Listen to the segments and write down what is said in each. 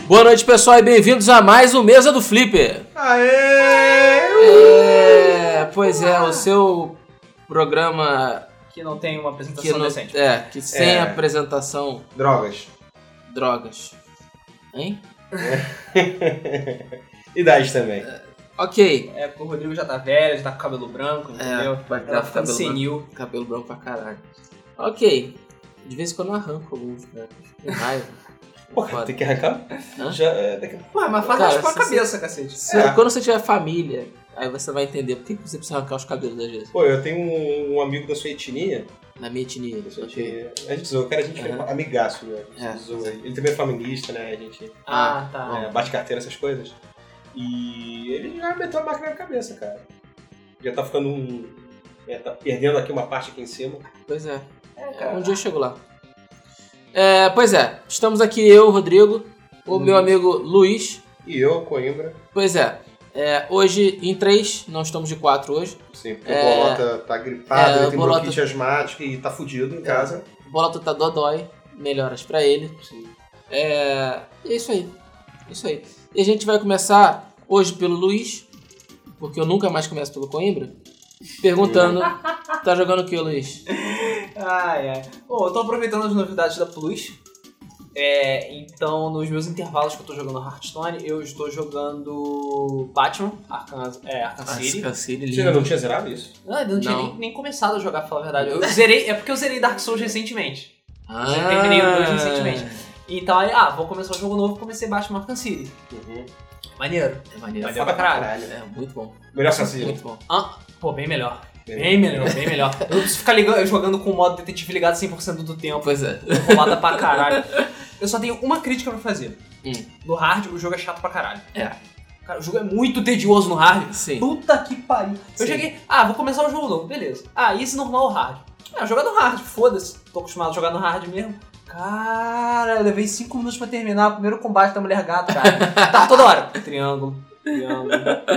Boa noite, pessoal, e bem-vindos a mais um Mesa do Flipper. Aê! Pois é, o seu programa... Que não tem uma apresentação decente. Que sem apresentação... Drogas. Hein? Idade também. Ok. É, porque o Rodrigo já tá velho, já tá com cabelo branco, entendeu? Vai Tá ficando senil. Cabelo branco pra caralho. Ok. De vez em quando eu arranco alguns, né? Com raiva. Porra, tem que arrancar? Hã? Ué, mas faz Cara, raspa a se cabeça, cacete. Quando você tiver família, aí você vai entender por que você precisa arrancar os cabelos às vezes. Pô, eu tenho um amigo da sua etnia. Na minha etnia. A gente zoa, cara, a gente é amigaço, né? A gente zoa. Ele também é feminista, né? A gente Tá. bate carteira, essas coisas. E ele já meteu a máquina na cabeça, cara. Já tá ficando tá perdendo aqui uma parte aqui em cima. Pois é. Cara. Um dia eu chego lá. Pois é, estamos aqui eu, Rodrigo, o meu amigo Luiz. E eu, Coimbra. Pois é, hoje em 3, não estamos de 4 hoje. Sim, porque o Bolota tá gripado, ele tem Bolota... bronquite asmática e tá fudido em casa. O Bolota tá dodói, melhoras pra ele. Sim. É isso aí. E a gente vai começar hoje pelo Luiz, porque eu nunca mais começo pelo Coimbra, perguntando, tá jogando o que, Luiz? Ai. Bom, eu tô aproveitando as novidades da Plus. Então, nos meus intervalos que eu tô jogando Hearthstone, eu estou jogando Batman, Arkham City. City, Você ainda não tinha zerado isso? Não, eu não tinha Não. nem começado a jogar, pra falar a verdade. Eu zerei, é porque eu zerei Dark Souls recentemente. Eu terminei o 2 recentemente. Então aí, vou começar um jogo novo, comecei Batman Arkham City. Maneiro. É maneiro. Maneiro pra caralho. É muito bom. Melhor assassino. Muito bom. Pô, bem melhor. Bem melhor. Eu não preciso ficar jogando com o modo detetive ligado 100% do tempo. Pois é. Roubada pra caralho. Eu só tenho uma crítica pra fazer. No hard, o jogo é chato pra caralho. Cara, o jogo é muito tedioso no hard. Sim. Puta que pariu. Eu Sim. cheguei, vou começar o jogo novo, beleza. E esse normal ou hard? Jogar no hard, foda-se. Tô acostumado a jogar no hard mesmo. Cara, eu levei 5 minutos pra terminar o primeiro combate da mulher gato, cara. Tava toda hora. Triângulo. Não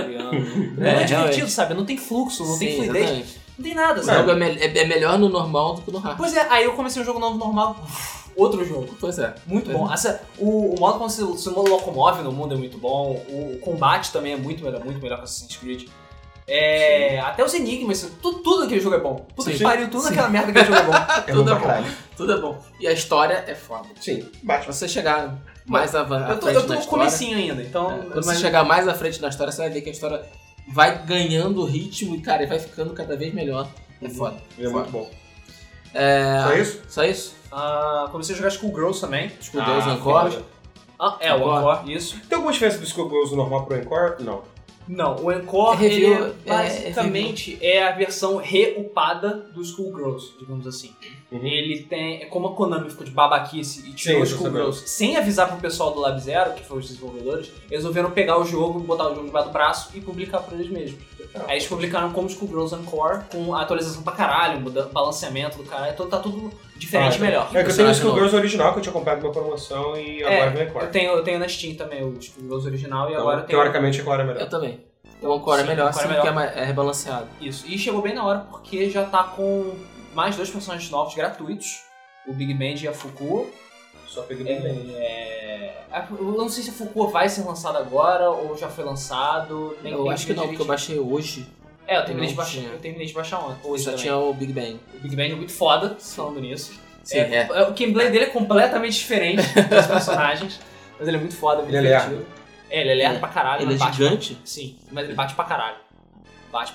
é divertido, realmente. sabe? Não tem fluxo, não tem fluidez. Exatamente. Não tem nada, O sabe? jogo é melhor no normal do que no hard. Pois é, aí eu comecei um jogo novo normal. Outro jogo. Pois é. Muito bom. O modo como você se locomove no mundo é muito bom. O combate também é muito melhor que Assassin's Creed. Até os enigmas, tudo naquele jogo é bom. Puta que pariu, tudo naquela merda que jogo é bom. Tudo é bom. Tudo é bom. E a história é foda. Sim, Se Batman. você chegar mais à frente Eu tô na no história... comecinho ainda, então... Quando você chegar mais à frente na história, você vai ver que a história vai ganhando ritmo e, cara, vai ficando cada vez melhor. É foda. Ele é muito bom. Só isso? Só isso? Comecei a jogar Skullgirls também. Skullgirls Encore. O Encore, isso. Tem alguma diferença do Skullgirls normal pro Encore? Não. Não, o Encore, Review, ele basicamente é a versão reupada do Skullgirls, digamos assim. Ele tem... É como a Konami ficou de babaquice e tirou os Skullgirls sem avisar pro pessoal do Lab Zero, que foram os desenvolvedores, eles resolveram pegar o jogo, botar o jogo debaixo do braço e publicar por eles mesmos. Aí eles publicaram como Skullgirls Encore, com a atualização pra caralho, balanceamento do caralho, então tá tudo diferente e melhor. É que eu tenho o Skullgirls original que eu tinha comprado numa promoção e agora vem Encore. Eu tenho na Steam também o Skullgirls original e Então, agora eu tenho... teoricamente, Encore é melhor. Eu também. O Encore é melhor, Encore sim, é melhor. porque é rebalanceado. Isso, e chegou bem na hora porque já tá com mais 2 personagens novos gratuitos, o Big Band e a Foucault. Só peguei bem. Eu não sei se a Foucault vai ser lançada agora ou já foi lançado. Eu acho que não, porque eu baixei hoje. Eu terminei de baixar ontem. Hoje Só também. tinha o Big Bang. O Big Band é muito foda, falando nisso. Sim, O gameplay dele é completamente diferente dos personagens, mas ele é muito foda, muito Ele é divertido. Ele é lerdo pra caralho. Ele é mas bate gigante? Sim, mas ele bate pra caralho. Mas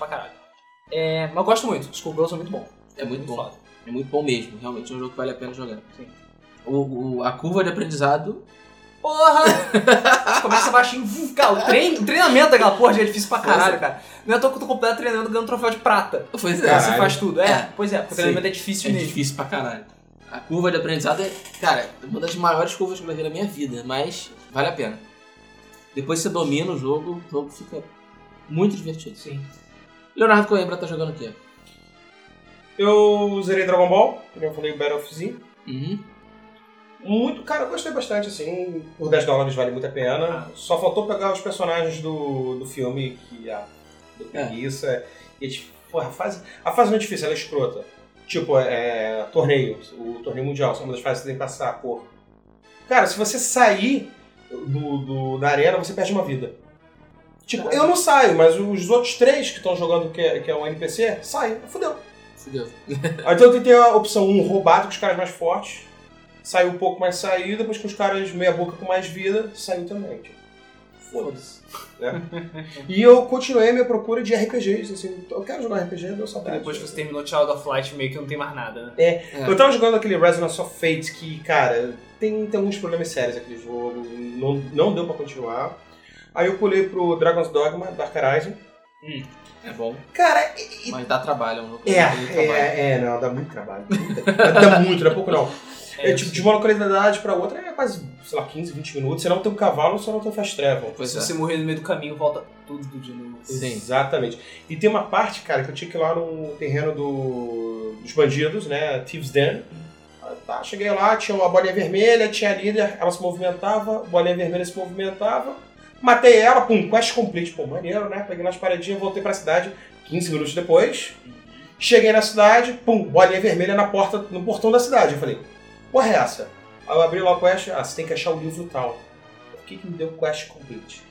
eu gosto muito, os Skullgirls é muito bom. É muito bom. Foda. É muito bom mesmo. Realmente é um jogo que vale a pena jogar. Sim. A curva de aprendizado... Porra! Começa baixinho, cara, o treinamento daquela porra já é difícil pra caralho, cara. Não é à toa que eu tô completo treinando ganhando troféu de prata. Pois é. Caralho. Você faz tudo. Pois é, porque o treinamento é difícil É mesmo. difícil pra caralho. A curva de aprendizado é, cara, uma das maiores curvas que eu levei na minha vida, mas vale a pena. Depois que você domina o jogo fica muito divertido. Sim. Leonardo Coimbra tá jogando o quê? Eu zerei Dragon Ball, como eu falei, Battle of Z. Uhum. Cara, eu gostei bastante, assim, por $10 vale muito a pena. Só faltou pegar os personagens do filme, que do preguiça. E, porra, a fase não é difícil, ela é escrota. Tipo, torneio, o torneio mundial, são uma das fases que você tem que passar, porra. Cara, se você sair da arena, você perde uma vida. Tipo, eu não saio, mas os outros 3 que estão jogando, que é um NPC, saem. Fudeu. Então eu tentei a opção 1, roubado, com os caras mais fortes. Saiu um pouco mais saído, depois com os caras meia boca com mais vida, saiu também. Tipo, foda-se. Né? E eu continuei a minha procura de RPGs, assim, eu quero jogar RPG, deu saudade. Depois que você terminou Child of Light, meio que não tem mais nada, né? Eu tava jogando aquele Resonance of Fate que, cara, tem alguns problemas sérios aquele jogo, não deu pra continuar. Aí eu pulei pro Dragon's Dogma, Dark Horizon. É bom. Cara, mas dá trabalho. Não dá muito trabalho. Dá muito, não é pouco não. Tipo, de uma localidade pra outra é quase, sei lá, 15, 20 minutos. Você não tem um cavalo, você não tem um fast travel. Se você morrer no meio do caminho, volta tudo de novo. Sim. Exatamente. E tem uma parte, cara, que eu tinha que ir lá no terreno dos bandidos, né? Thieves Den. Tá, cheguei lá, tinha uma bolinha vermelha, tinha a líder, ela se movimentava, bolinha vermelha se movimentava. Matei ela, pum, quest complete. Pô, maneiro, né? Peguei nas paredinhas, voltei pra cidade 15 minutos depois. Cheguei na cidade, pum, bolinha vermelha no portão da cidade. Eu falei, porra é essa? Aí eu abri lá o quest, você tem que achar o livro tal. Por que me deu quest complete?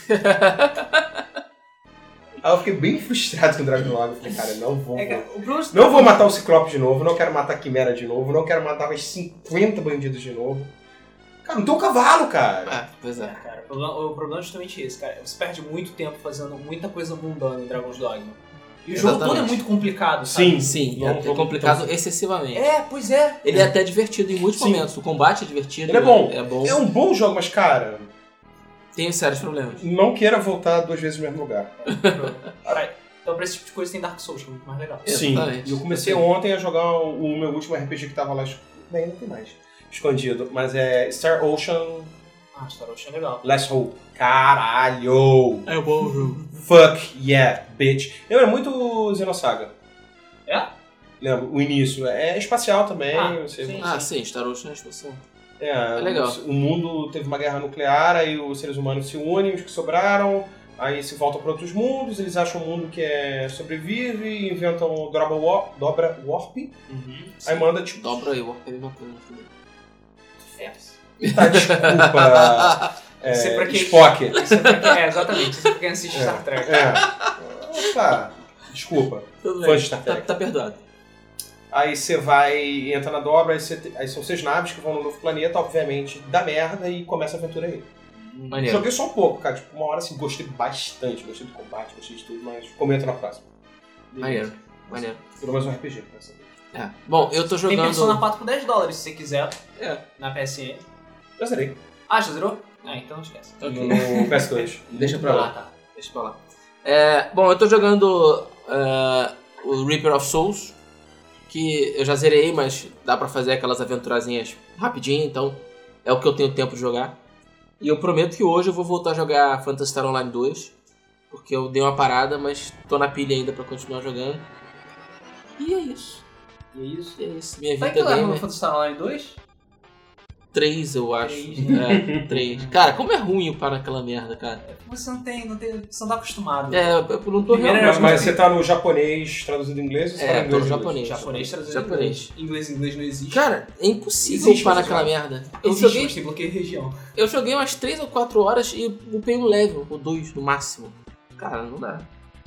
Aí eu fiquei bem frustrado com o Dragon Log. Eu falei, cara, não vou matar o Ciclope de novo, não quero matar a Quimera de novo, não quero matar mais 50 bandidos de novo. Cara, não tem um cavalo, cara. Pois é. Cara, o problema é justamente esse, cara. Você perde muito tempo fazendo muita coisa mundana em Dragon's Dogma. E o jogo todo é muito complicado, sabe? Sim. É complicado excessivamente. Pois é. Ele é até divertido em muitos momentos. O combate é divertido. Ele é bom. É um bom jogo, mas, cara... tem sérios problemas. Não queira voltar 2 vezes no mesmo lugar. Então pra esse tipo de coisa tem Dark Souls, que é muito mais legal. Sim. E eu comecei ontem a jogar o meu último RPG que tava lá... Bem, não tem mais. Escondido. Mas é Star Ocean... Star Ocean é legal. Let's Hope. Caralho! É bom o jogo. Fuck yeah, bitch. Lembra muito Xenosaga. É? Lembra? O início. É espacial também. Sim, Star Ocean é espacial. É legal. O mundo teve uma guerra nuclear, aí os seres humanos se unem, os que sobraram, aí se voltam para outros mundos, eles acham um mundo que sobrevive, inventam dobra warp, aí manda tipo... Dobra e warp é a mesma coisa. Tá, desculpa. Spock. Exatamente. Isso é pra quem assiste Star Trek. Opa, desculpa. Tudo fã de Star Trek. Tá perdoado. Aí você entra na dobra, aí são 6 naves que vão no novo planeta, obviamente, dá merda e começa a aventura aí. Maneiro. Joguei só um pouco, cara, tipo, uma hora assim, gostei bastante, gostei do combate, gostei de tudo, mas comenta na próxima. Maneiro. Pelo menos um RPG, pra saber. Bom, eu tô jogando... Tem Persona 4 por $10, se você quiser, na PSN. Já zerei. Já zerou? Então não esquece. No PS2. Deixa pra lá. Deixa pra lá. Bom, eu tô jogando o Reaper of Souls, que eu já zerei, mas dá pra fazer aquelas aventurazinhas rapidinho, então é o que eu tenho tempo de jogar. E eu prometo que hoje eu vou voltar a jogar Phantasy Star Online 2, porque eu dei uma parada, mas tô na pilha ainda pra continuar jogando. E é isso. Minha vida que leva gamer. no Phantasy Star Online 2? 3, eu acho. 3. 3. Cara, como é ruim upar naquela merda, cara. Você você não tá acostumado. Eu não tô realmente. Mas você tá no japonês traduzido em inglês ou você tá no inglês? Japonês. Japonês traduzido em inglês. Inglês não existe. Cara, é impossível upar naquela merda. Mas tem bloqueio de região. Eu joguei umas 3 ou 4 horas e upei um level, ou 2 no máximo. Cara, não dá.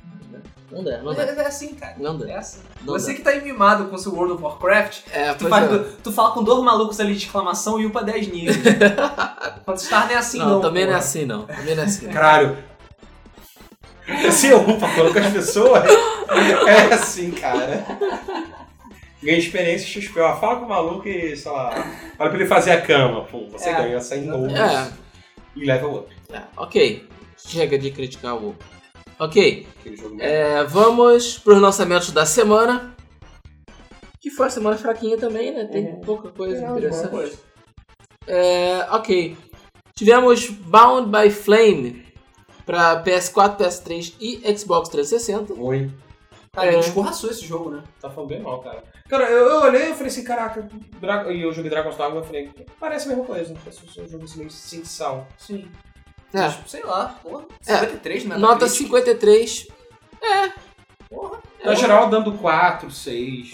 É assim, cara. Não dá. É assim. Você que tá aí mimado com seu World of Warcraft, tu fala com 2 malucos ali de exclamação e upa 10 níveis. Quando Star não é assim, não. Também não é assim, não. Caralho. Assim eu upa falando com as pessoas. É assim, cara. Ganha experiência XP. Fala com o maluco e, sei lá, fala pra ele fazer a cama. Pô, você ganha 100 gols e level up. Ok. Chega de criticar o... Ok, vamos para os lançamentos da semana. Que foi uma semana fraquinha também, né? Tem pouca coisa interessante. Ok. Tivemos Bound by Flame para PS4, PS3 e Xbox 360. Oi. Cara, escorraçou esse jogo, né? Tá falando bem mal, cara. Cara, eu olhei e falei assim, caraca, e eu joguei Dragon's Dogma e falei, parece a mesma coisa, não parece um jogo assim meio sem sal. Sim. Sei lá, porra. 53, né? Nota 53. Porra. Na geral, dando 4, 6.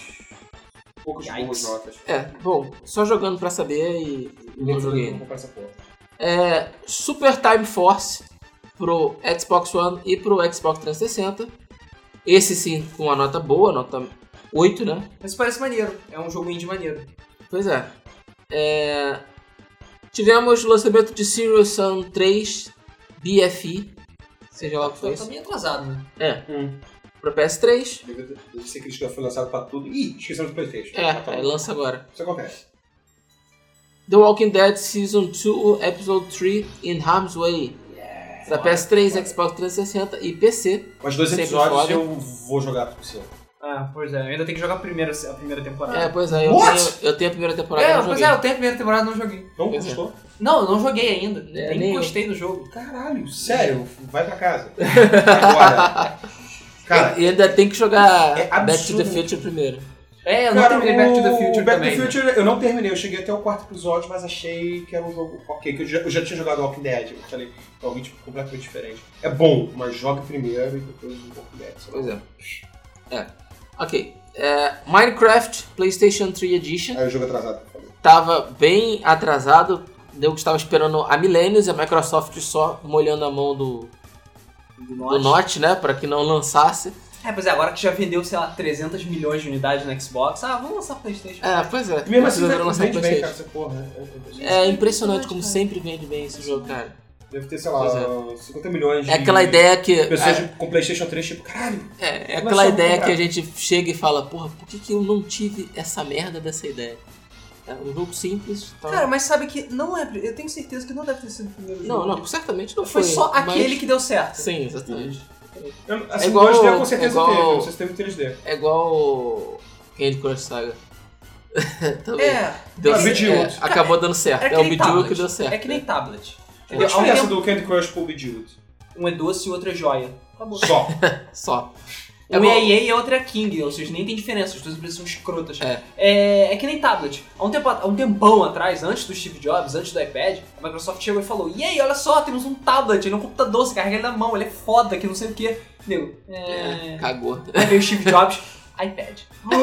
Poucas boas notas. Bom, só jogando pra saber e não joguei. Vou comprar essa porra. Super Time Force pro Xbox One e pro Xbox 360. Esse sim com uma nota boa, nota 8, né? Mas parece maneiro, é um jogo indie maneiro. Pois é. Tivemos o lançamento de Serious Sam 3 BFE, seja lá o que foi isso. Tá meio atrasado, né? Pra PS3. Deve ser que ele já foi lançado pra tudo. Ih, esquecemos do PlayStation. Lança agora. Isso acontece. The Walking Dead Season 2 Episode 3 In Harm's Way. Pra PS3, Xbox 360 e PC. Mas 2 Sempre episódios foda. eu vou jogar por cima. Pois é, eu ainda tenho que jogar a primeira temporada. Pois é, eu tenho a primeira temporada e não joguei. Eu tenho a primeira temporada e não joguei. Não Pois gostou? Não, eu não joguei ainda. Nem Nem eu. gostei do jogo. Caralho, sério, vai pra casa. Agora. Cara, E ainda tem que jogar É Back to absurdo. the Future primeiro. Eu não terminei Back to the Future o Back também. to the Future eu não terminei, eu cheguei até o 4º episódio, mas achei que era um jogo ok, que eu já tinha jogado Walking Dead, eu falei, é um ritmo completamente diferente. É bom, mas joga primeiro e depois o Walking Dead. Pois é. Ok. Minecraft PlayStation 3 Edition. Aí o jogo atrasado, eu falei. Tava bem atrasado. Eu estava esperando há milênios e a Microsoft só molhando a mão do Notch, né? Pra que não lançasse. Pois é, agora que já vendeu, sei lá, 300 milhões de unidades no Xbox, vamos lançar PlayStation. Pois é. Mesmo assim, Resolveram lançar vende bem, PlayStation. cara, essa porra. É impressionante como sempre vende bem esse jogo, cara. Deve ter, sei lá, 50 milhões de É aquela ideia que... pessoas com PlayStation 3, tipo, caralho. É aquela ideia que a gente chega e fala, porra, por que eu não tive essa merda dessa ideia? É um jogo simples. Tá? Cara, mas sabe que não é... Eu tenho certeza que não deve ter sido o primeiro jogo. Não, certamente não foi. Foi só aquele mas... que deu certo. Sim, exatamente. Assim, igual- 2D com certeza igual- teve, não sei se teve 3D. É igual Candy Crush Saga. Também. Deu Mas Bejeweled. acabou dando certo. É o Bejeweled que deu certo. É que nem tablet. Qual a diferença do Candy Crush pro Bejeweled? Um é doce e o outro é joia. Acabou. Só. Só. Um bom. é EA e a outra é King, ou seja, nem tem diferença, as duas empresas são escrotas. É. É que nem tablet. Há um tempão atrás, antes do Steve Jobs, antes do iPad, a Microsoft chegou e falou: e aí, olha só, temos um tablet, ele é um computador, você carrega ele na mão, ele é foda, que não sei o que. Nego, Cagou. Aí veio o Steve Jobs, iPad.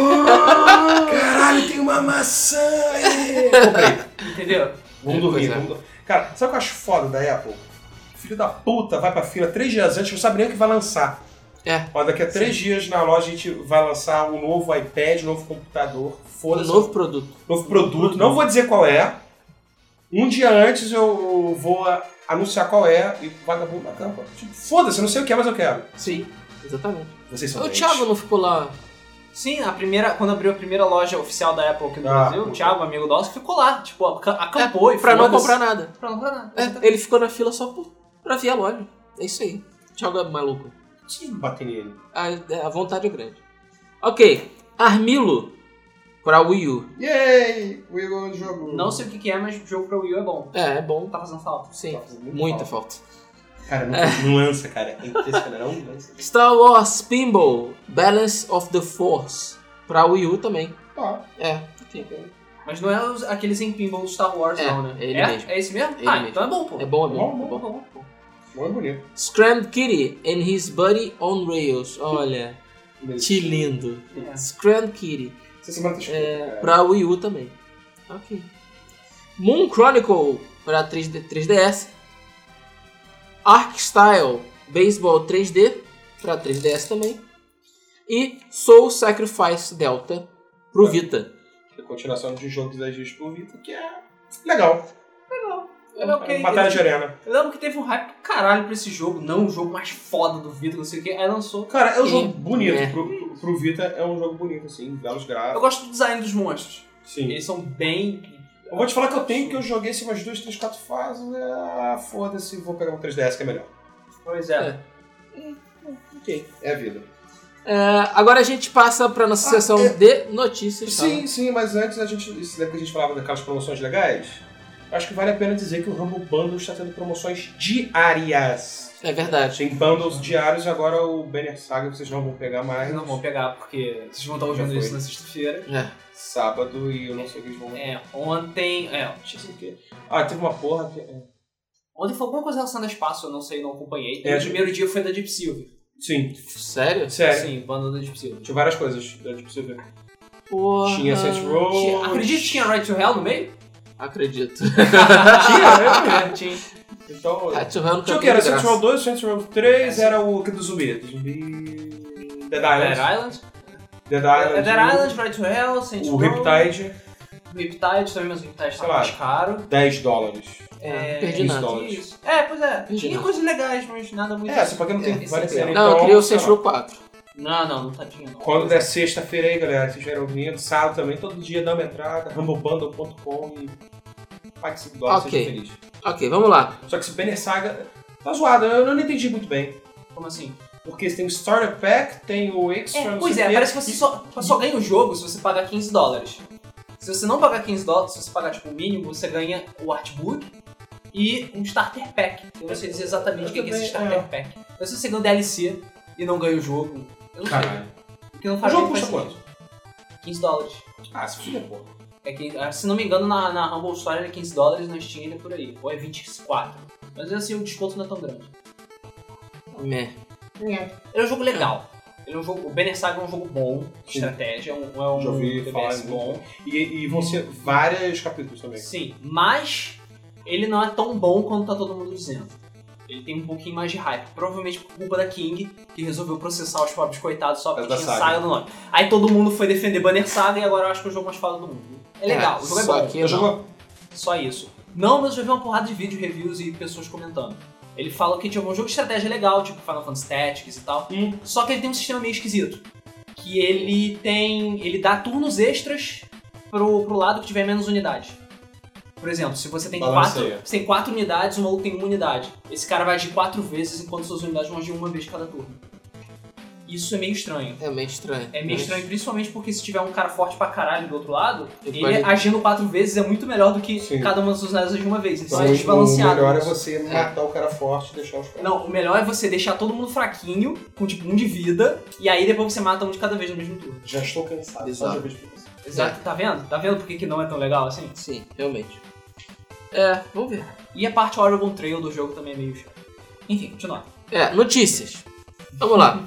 Caralho, tem uma maçã aí! Comprei. Entendeu? Vamos dormir, pois é. vamos dormir. Cara, sabe o que eu acho foda da Apple? Filho da puta vai pra fila 3 dias antes, não sabe nem o que vai lançar. Ó, daqui a 3 dias na loja a gente vai lançar um novo iPad, um novo computador. Um Foda-se. novo produto. Novo produto. Não vou dizer qual é. Um dia antes eu vou anunciar qual é e vagabundo na campa. Tipo, foda-se, eu não sei o que é, mas eu quero. Sim, exatamente. Vocês são O doentes. Thiago não ficou lá. Sim, quando abriu a primeira loja oficial da Apple aqui no Brasil, o Thiago, amigo nosso, ficou lá, tipo, acampou e Pra não foda-se. comprar nada. Pra não comprar nada. Ele ficou na fila só pra ver a loja. É isso aí. O Thiago é maluco. Que bater nele. A vontade é grande. Ok. Armilo pra Wii U. Yay! O Igor jogo. Não sei o que é, mas o jogo pra Wii U é bom. É bom. Tá fazendo falta. Sim. Tá fazendo Muita falta. Cara, não lança, cara. É impressionante, não lança. Star Wars Pinball Balance of the Force pra Wii U também. Tá. Enfim. Mas não é aqueles em pinball do Star Wars, não, né? É ele mesmo. É esse mesmo? Ele mesmo. Então é bom, pô. É bom, Bom. Bom é bonito. Scrammed Kitty and His Buddy on Rails. Olha, que lindo. É. Scrammed Kitty. Essa semana tá escuro. Pra Wii U também. Ok. Moon Chronicle pra 3DS. Arc Style Baseball 3D pra 3DS também. E Soul Sacrifice Delta pro Vita. A continuação de jogos da gente pro Vita, que é legal. É ok. Batalha de arena. Eu lembro que teve um hype do caralho pra esse jogo, não o jogo mais foda do Vita, não sei o que, aí lançou. Cara, é um jogo É. bonito. Pro Vita é um jogo bonito, assim, belos Eu gráficos. gosto do design dos monstros. Sim. Eles são bem... Eu vou te falar que eu tenho, que eu joguei assim umas 2, 3, 4 fases. Foda-se, vou pegar um 3DS que é melhor. Pois é. Ok. É a vida. Agora a gente passa pra nossa sessão de notícias. tá? Sim, mas antes lembra que a gente falava daquelas promoções legais? Acho que vale a pena dizer que o Humble Bundle está tendo promoções diárias. É verdade. Tem bundles diários, agora o Banner Saga vocês não vão pegar mais. Mas não vão pegar, porque vocês vão estar ouvindo Já isso foi. na sexta-feira. Sábado e eu não sei o que eles vão. Ontem... Não sei o quê. Ah, teve uma porra que. Ontem foi alguma coisa relacionada ao espaço, eu não sei, não acompanhei. É. O primeiro dia foi da Deep Silver. Sim, Sério? sério. Sim, banda da Deep Silver. Tinha várias coisas pra você ver. Porra. Tinha Saints Row. Acredito que tinha Right to Hell no meio? Acredito. Tinha, né? Tinha. Então... Tinha o que? Era Saints Row 2, Saints Row 3, era o que do zumbi. Dead Island. Dead Island, Right to Hell, Saints Row. O Riptide. Riptide também, mas o Riptide tá mais caro. $10. Perdi nada. Pois é. Tinha coisas legais, mas nada muito... Só porque não tem... Vale a pena. Não, eu queria o Saints Row 4. Não tá tinha não. Quando der sexta-feira aí, galera, vocês estiverem ouvindo, sábado também, todo dia dá uma entrada, humblebundle.com e pague $5, seja feliz. Ok, vamos lá. Só que esse Banner Saga tá zoado, eu não entendi muito bem. Como assim? Porque você tem o Starter Pack, tem o Extra... Parece que você só ganha o jogo se você pagar $15. Se você não pagar $15, se você pagar tipo o mínimo, você ganha o Artbook e um Starter Pack. Eu não sei dizer exatamente o que é esse Starter Pack. Mas se você ganha o DLC e não ganha o jogo, eu não sei. Porque não faz o jogo custa quanto? $15. Se fica, pô. Se não me engano, na Humble Store é $15, na Steam ele é por aí. Ou é 24. Mas assim, o desconto não é tão grande. Ele é um jogo legal. O Banner Saga é um jogo bom, de estratégia, é um já ouvi falar bom. E vão ser vários capítulos também. Sim, mas ele não é tão bom quanto tá todo mundo dizendo. Ele tem um pouquinho mais de hype. Provavelmente por culpa da King, que resolveu processar os pobres coitados só porque tinha Saga no nome. Aí todo mundo foi defender Banner Saga e agora eu acho que é o jogo mais falado do mundo. É legal, o jogo é bom. Só isso. Não, mas eu já vi uma porrada de vídeo, reviews e pessoas comentando. Ele fala que tipo, é um jogo de estratégia legal, tipo Final Fantasy Tactics e tal. Só que ele tem um sistema meio esquisito. Que ele dá turnos extras pro lado que tiver menos unidade. Por exemplo, se você tem 4 unidades, o maluco tem 1 unidade. Esse cara vai agir 4 vezes, enquanto suas unidades vão agir 1 vez cada turno. Isso é meio estranho. É meio estranho. É meio estranho, principalmente porque se tiver um cara forte pra caralho do outro lado, ele agindo 4 vezes é muito melhor do que cada uma das suas unidades agir 1 vez. Então é desbalanceado. O melhor é você matar o cara forte e deixar os fracos. Não, o melhor é você deixar todo mundo fraquinho, com tipo 1 de vida, e aí depois você mata um de cada vez no mesmo turno. Já estou cansado. Exato. Exato. Tá vendo? Tá vendo por que não é tão legal assim? Sim, realmente. Vamos ver. E a parte Oregon Trail do jogo também é meio chato. Enfim, continua. Notícias. Vamos lá.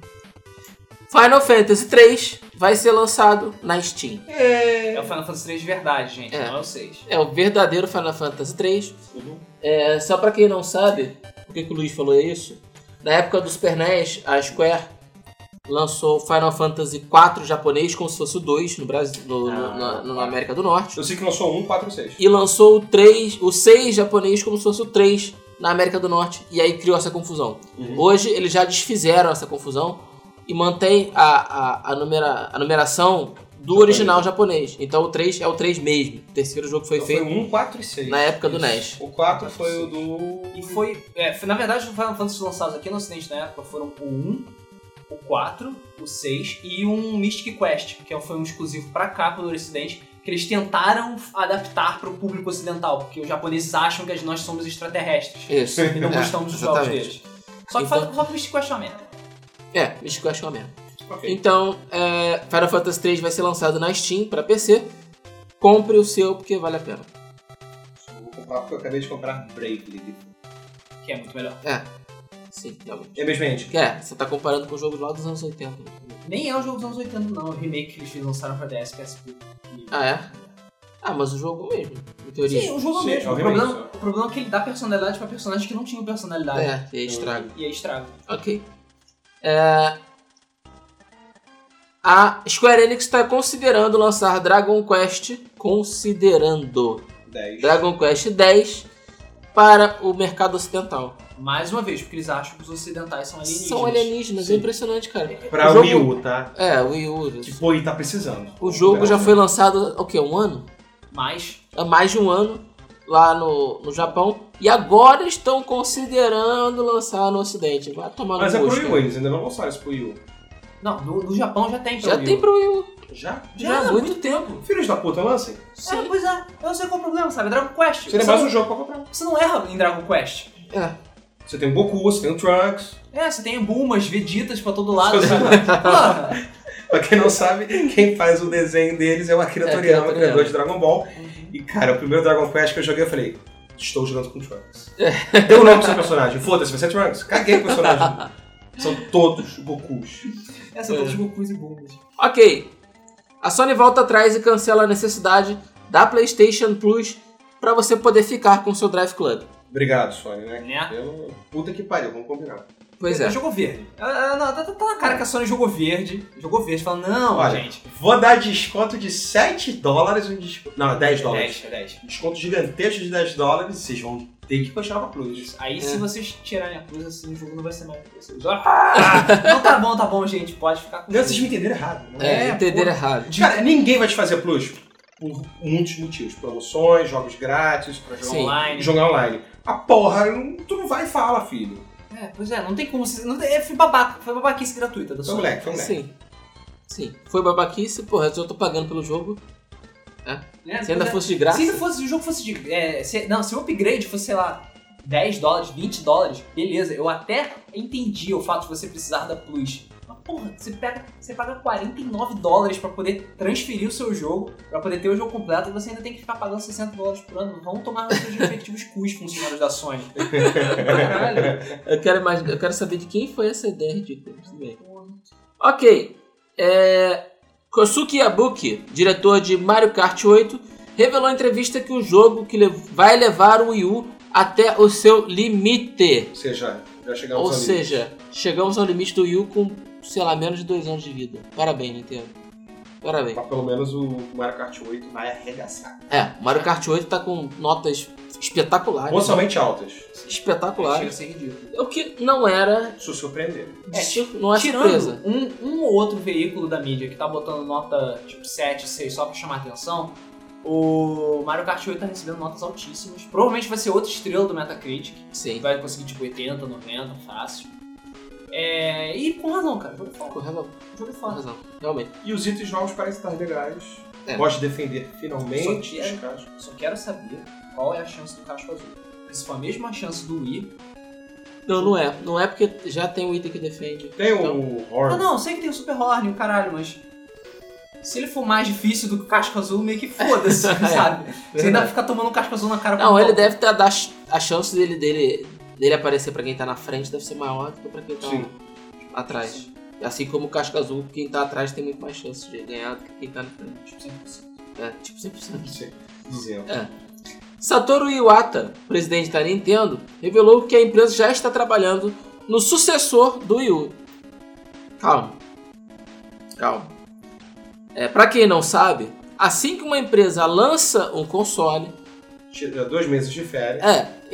Final Fantasy 3 vai ser lançado na Steam. É o Final Fantasy 3 de verdade, gente, não é o 6. É o verdadeiro Final Fantasy 3. Só pra quem não sabe, por que o Luiz falou isso? Na época do Super NES, a Square lançou Final Fantasy 4 japonês como se fosse o 2 no Brasil, na América do Norte. Eu sei que lançou 1, 4 e 6. E lançou o 6 japonês como se fosse o 3 na América do Norte. E aí criou essa confusão. Hoje eles já desfizeram essa confusão e mantém a numeração do original japonês. Então o 3 é o 3 mesmo. O terceiro jogo foi feito... Foi 1, 4 e 6. Na época do NES. O 4 foi o do... E foi... na verdade, os Final Fantasy lançados aqui no Ocidente na época foram o 1, o 4, o 6 e um Mystic Quest, que foi um exclusivo pra cá, pro Ocidente, que eles tentaram adaptar pro público ocidental, porque os japoneses acham que nós somos extraterrestres. Isso. E não gostamos dos jogos deles. Só que o Mystic Quest é uma merda. Mystic Quest é uma merda. Okay. Então, Final Fantasy 3 vai ser lançado na Steam pra PC. Compre o seu, porque vale a pena. Vou comprar porque eu acabei de comprar Bravely. Que é muito melhor. Sim, realmente. É mesmo, gente? Você tá comparando com o jogo lá dos anos 80. Nem é o jogo dos anos 80, não. É o remake que eles lançaram pra DS, PSP. Mas o jogo mesmo, em teoria. Sim, o jogo mesmo. O problema é que ele dá personalidade pra personagens que não tinham personalidade. E aí estraga. Ok. A Square Enix está considerando lançar Dragon Quest, Dragon Quest X para o mercado ocidental. Mais uma vez, porque eles acham que os ocidentais são alienígenas. São alienígenas, é impressionante, cara. Pra o Wii U, tá? O Wii U. Tipo, tá precisando. O jogo já foi lançado, o quê? 1 ano? Mais. Há mais de 1 ano, lá no Japão. E agora estão considerando lançar no Ocidente. Vai tomar no Mas gosto, pro Wii U, eles ainda não lançaram isso pro Wii U. Não, no Japão já tem pro Wii U. Já tem pro Wii U. Já há muito tempo. Filhos da puta, lancem. Pois é. Eu não sei qual é o problema, sabe? Dragon Quest. Seria mais um jogo pra comprar. Você não erra em Dragon Quest. Você tem o Goku, você tem o Trunks. Você tem Bulmas, Veditas pra todo lado. Porra. Pra quem não sabe, quem faz o desenho deles é o Akira Toriyama, criador de Dragon Ball. E cara, o primeiro Dragon Quest que eu joguei, eu falei, estou jogando com o Trunks. Deu o nome pro seu personagem. Foda-se, vai ser Trunks. Caguei pro personagem. São todos Gokus. São todos Gokus e Bulmas. Ok. A Sony volta atrás e cancela a necessidade da PlayStation Plus para você poder ficar com o seu Drive Club. Obrigado, Sony, né? Né? Puta que pariu, vamos combinar. Pois é. Jogou verde. Tá na cara que a Sony jogou verde. Jogou verde. Fala, não, Olha, gente. Vou dar desconto de $7. Não, $10. É 10. Desconto gigantesco de $10. Vocês vão ter que continuar com a Plus. Aí se vocês tirarem a Plus, assim, o jogo não vai ser mais pra vocês. Não, tá bom, gente. Pode ficar com Vocês me entenderam errado. Não entenderam errado. Cara, ninguém vai te fazer Plus por muitos motivos. Promoções, jogos grátis, pra jogar online. Jogar online. A porra, tu não vai e fala, filho. Pois é, não tem como você... Foi babaquice gratuita da Foi moleque. Sim. Foi babaquice, porra, eu tô pagando pelo jogo. Se ainda fosse de graça. Se o jogo fosse de... se o upgrade fosse, sei lá, $10, $20, beleza. Eu até entendi o fato de você precisar da Plus. Mas, porra, você paga $49 pra poder transferir o seu jogo, pra poder ter o jogo completo, e você ainda tem que ficar pagando $60 por ano. Vamos tomar os seus respectivos cus, funcionários da Sony. Caralho. Eu quero saber de quem foi essa ideia ridícula. Ok. Kosuke Yabuki, diretor de Mario Kart 8, revelou em entrevista que o jogo vai levar o Wii U até o seu limite. Ou seja, já chegamos Ou ao limite. seja, chegamos ao limite do Wii U com, sei lá, menos de 2 anos de vida. Parabéns, Nintendo. Parabéns. Mas pelo menos o Mario Kart 8 vai arregaçar. O Mario Kart 8 tá com notas espetaculares. Emocionalmente altas. Espetaculares. Chega a ser ridículo. O que não era... Isso surpreender. Não é surpresa. Tirando um ou outro veículo da mídia que tá botando nota tipo 7, 6 só pra chamar atenção, o Mario Kart 8 tá recebendo notas altíssimas. Provavelmente vai ser outra estrela do Metacritic. Sim. Vai conseguir tipo 80, 90, fácil. E com razão, cara. Jogo é foda. Com razão. Jogo é Com foda. razão. Realmente. E os itens novos parecem estar legais. Pode defender finalmente os casos. Só quero saber qual é a chance do casco azul. Porque se for a mesma chance do Wii... Não é. Não é porque já tem um item que defende. Tem o Horn. Não, sei que tem o Super Horn, o caralho, mas... Se ele for mais difícil do que o casco azul, meio que foda-se, sabe? Você ainda fica tomando um casco azul na cara. Não, ele deve dar a chance dele aparecer pra quem tá na frente deve ser maior do que pra quem tá atrás. Sim. Assim como o casco azul, quem tá atrás tem muito mais chance de ganhar do que quem tá na frente. Tipo 100%. 100%. Dizendo. Satoru Iwata, presidente da Nintendo, revelou que a empresa já está trabalhando no sucessor do Wii U. Calma. Pra quem não sabe, assim que uma empresa lança um console... Tira 2 meses de férias.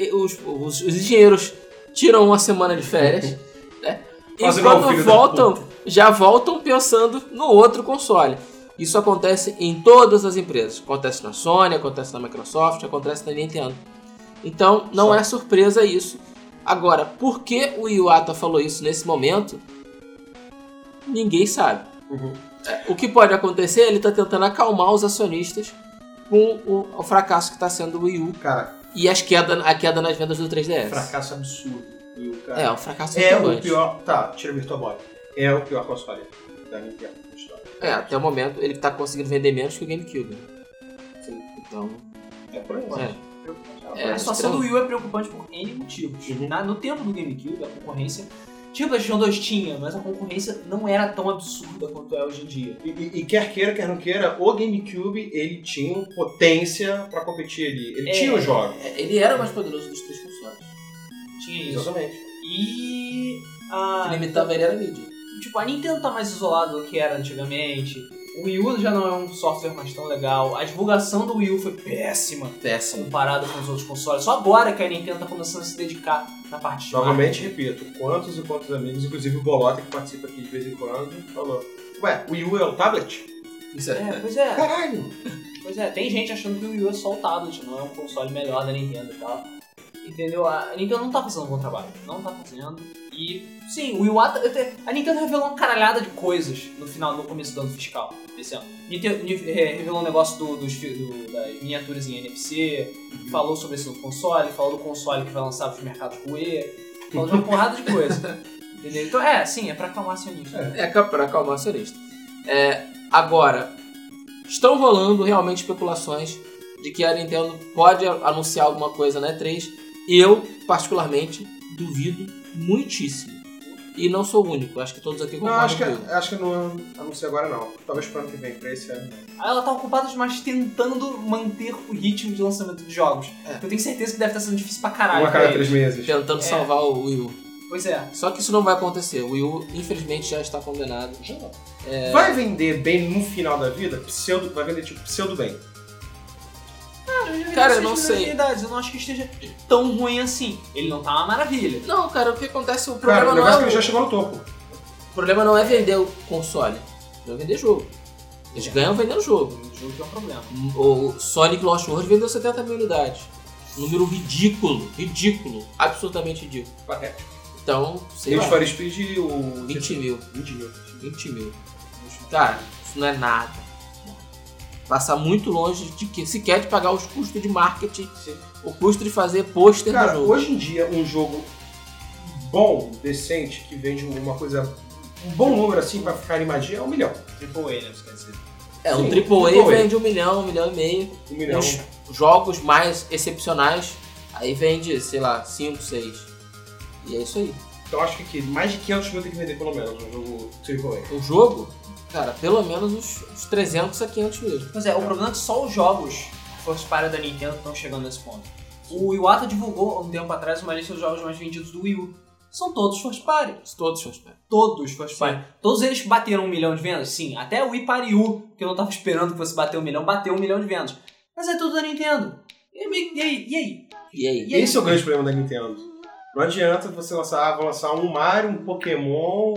Os engenheiros tiram uma semana de férias. E quando voltam, já voltam pensando no outro console. Isso acontece em todas as empresas. Acontece na Sony, acontece na Microsoft, acontece na Nintendo. Então, não é surpresa isso. Agora, por que o Iwata falou isso nesse momento? Ninguém sabe. O que pode acontecer, ele está tentando acalmar os acionistas com o fracasso que está sendo o Wii U. Cara, e a queda nas vendas do 3DS. Fracasso absurdo. Wii U, cara. Um fracasso o pior... Tá, tira o Virtual Boy. É o pior console da Nintendo na história. Até o momento ele está conseguindo vender menos que o GameCube. Sim. Então... por aí. A situação do Wii U é preocupante por N motivos. No tempo do GameCube, a concorrência... Tinha o PlayStation 2, mas a concorrência não era tão absurda quanto é hoje em dia. E quer queira, quer não queira, o GameCube, ele tinha potência pra competir ali. Ele tinha os jogos. Ele era o mais poderoso dos 3 consoles. Tinha isso. Exatamente. E... O que limitava ele era a mídia. Tipo, a Nintendo tá mais isolada do que era antigamente. O Wii U já não é um software mais tão legal. A divulgação do Wii U foi péssima. Comparado com os outros consoles. Só agora que a Nintendo tá começando a se dedicar na parte de novamente, repito, quantos e quantos amigos, inclusive o Bolota, que participa aqui de vez em quando, falou: ué, o Wii U é o tablet? Isso pois é. Caralho! Pois é, tem gente achando que o Wii U é só o tablet, não é um console melhor da Nintendo e tal. Entendeu? A Nintendo não tá fazendo um bom trabalho. Não tá fazendo. E, sim, o Wii U... A Nintendo revelou uma caralhada de coisas no começo do ano fiscal desse ano. Revelou um negócio das miniaturas em NFC, falou sobre esse novo console, falou do console que vai lançar pros mercados UE, falou de uma porrada de coisa. Entendeu? Então, sim, é pra acalmar acionista. É pra acalmar acionista. Agora, estão rolando realmente especulações de que a Nintendo pode anunciar alguma coisa na E3. Eu, particularmente, duvido muitíssimo. E não sou o único, acho que todos aqui concordam comigo. Acho que não anuncia agora não. Talvez pro ano que vem, pra esse ano. Ela tá ocupada demais tentando manter o ritmo de lançamento de jogos. Eu tenho certeza que deve estar sendo difícil pra caralho. Uma a cada 3 meses. Tentando salvar o Wii U. Pois é. Só que isso não vai acontecer. O Wii U, infelizmente, já está condenado. Vai vender bem no final da vida? Vai vender tipo pseudo bem. Cara, eu não sei. Eu não acho que esteja tão ruim assim. Ele não tá uma maravilha. Não, cara, o que acontece... O Cara, problema o não negócio é é que ele já chegou no topo. O problema não é vender o console, é vender jogo. Eles ganham vendendo jogo. O jogo que é um problema. O Sonic Lost World vendeu 70 mil unidades. Número ridículo, absolutamente ridículo. Patético. Então, sei E lá, os Fire Speed, o... 20 mil. 20 mil. Cara, isso não é nada. Passa muito longe de que sequer de pagar os custos de marketing, o custo de fazer pôster do Cara, jogo. hoje em dia, um jogo bom, decente, que vende uma coisa... Um bom número assim pra ficar animadinho é 1 milhão. AAA, né? Você quer dizer? Um Sim, AAA vende 1 milhão, 1 milhão e meio. 1 milhão. Os jogos mais excepcionais, aí vende, sei lá, 5, 6. E é isso aí. Então acho que mais de 500 mil tem que vender pelo menos um jogo AAA. O jogo, cara, pelo menos uns 300 a 500 mil. Pois é, o problema é que só os jogos first party da Nintendo estão chegando nesse ponto. O Iwata divulgou um tempo atrás uma lista dos jogos mais vendidos do Wii U. São todos first party. Todos first party. Todos first party. Todos eles bateram 1 milhão de vendas? Sim. Até o Wii Party U, que eu não tava esperando que fosse bater 1 milhão, bateu 1 milhão de vendas. Mas é tudo da Nintendo. E aí? Esse é o grande problema da Nintendo. Não adianta você vou lançar um Mario, um Pokémon,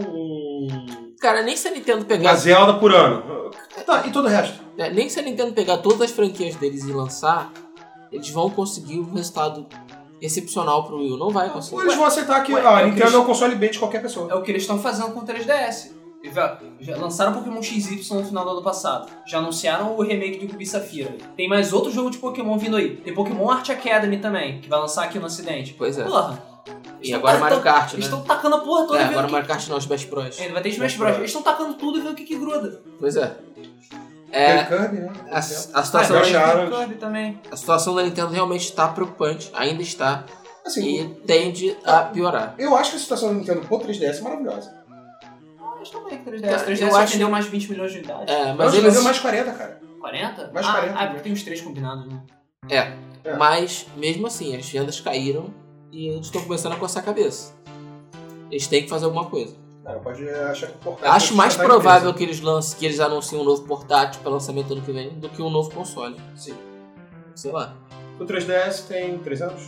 Cara, nem se a Nintendo uma pegar... Zelda por ano. Tá, e todo o resto? Nem se a Nintendo pegar todas as franquias deles e lançar, eles vão conseguir um resultado excepcional pro Wii U. Não vai conseguir. Ou eles vão aceitar que a Nintendo é o console bem de qualquer pessoa. É o que eles estão fazendo com o 3DS. Já lançaram Pokémon XY no final do ano passado. Já anunciaram o remake de Ruby e Safira. Tem mais outro jogo de Pokémon vindo aí. Tem Pokémon Art Academy também, que vai lançar aqui no Ocidente. Pois é. Porra. E agora Mario Kart, né? Eles estão tacando a porra toda. Agora Mario Kart não, Smash Bros. Ainda vai ter Smash Bros. Eles estão tacando tudo e vendo o que gruda. Pois é. Tem Kirby, né? A situação Kirby também. A situação da Nintendo realmente está preocupante, ainda está, Assim, e tende a piorar. eu acho que a situação da Nintendo pro 3DS é maravilhosa. Mas também que 3DS. Cara, 3DS eu já acho- vendeu mais de 20 milhões de unidades. Mas Eles eles... deu mais 40, cara. 40? Mais 40, Ah, porque tem os 3 combinados, né? É. Mas, mesmo assim, as vendas caíram e eles estão começando a coçar a cabeça. Eles têm que fazer alguma coisa. Não, pode achar que o portátil... Acho mais vai provável que eles anunciem um novo portátil para lançamento ano que vem do que um novo console. Sim. Sei lá. O 3DS tem 3 anos?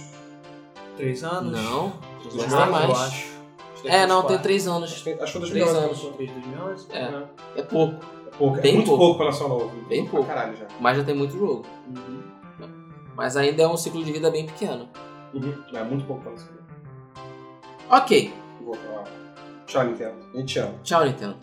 3 anos? Não, Dois tem anos, mais. Eu acho. Tem 3 anos. Acho que foi 3 2011. anos. 2011? É pouco, É pouco. Bem É muito pouco. pouco pra lançar um novo. Bem pouco. Pra caralho já. mas já tem muito jogo. Mas ainda é um ciclo de vida bem pequeno. É muito pouco pra lançar. Ok, Vou falar. Tchau, Nintendo. A gente ama. tchau, Nintendo.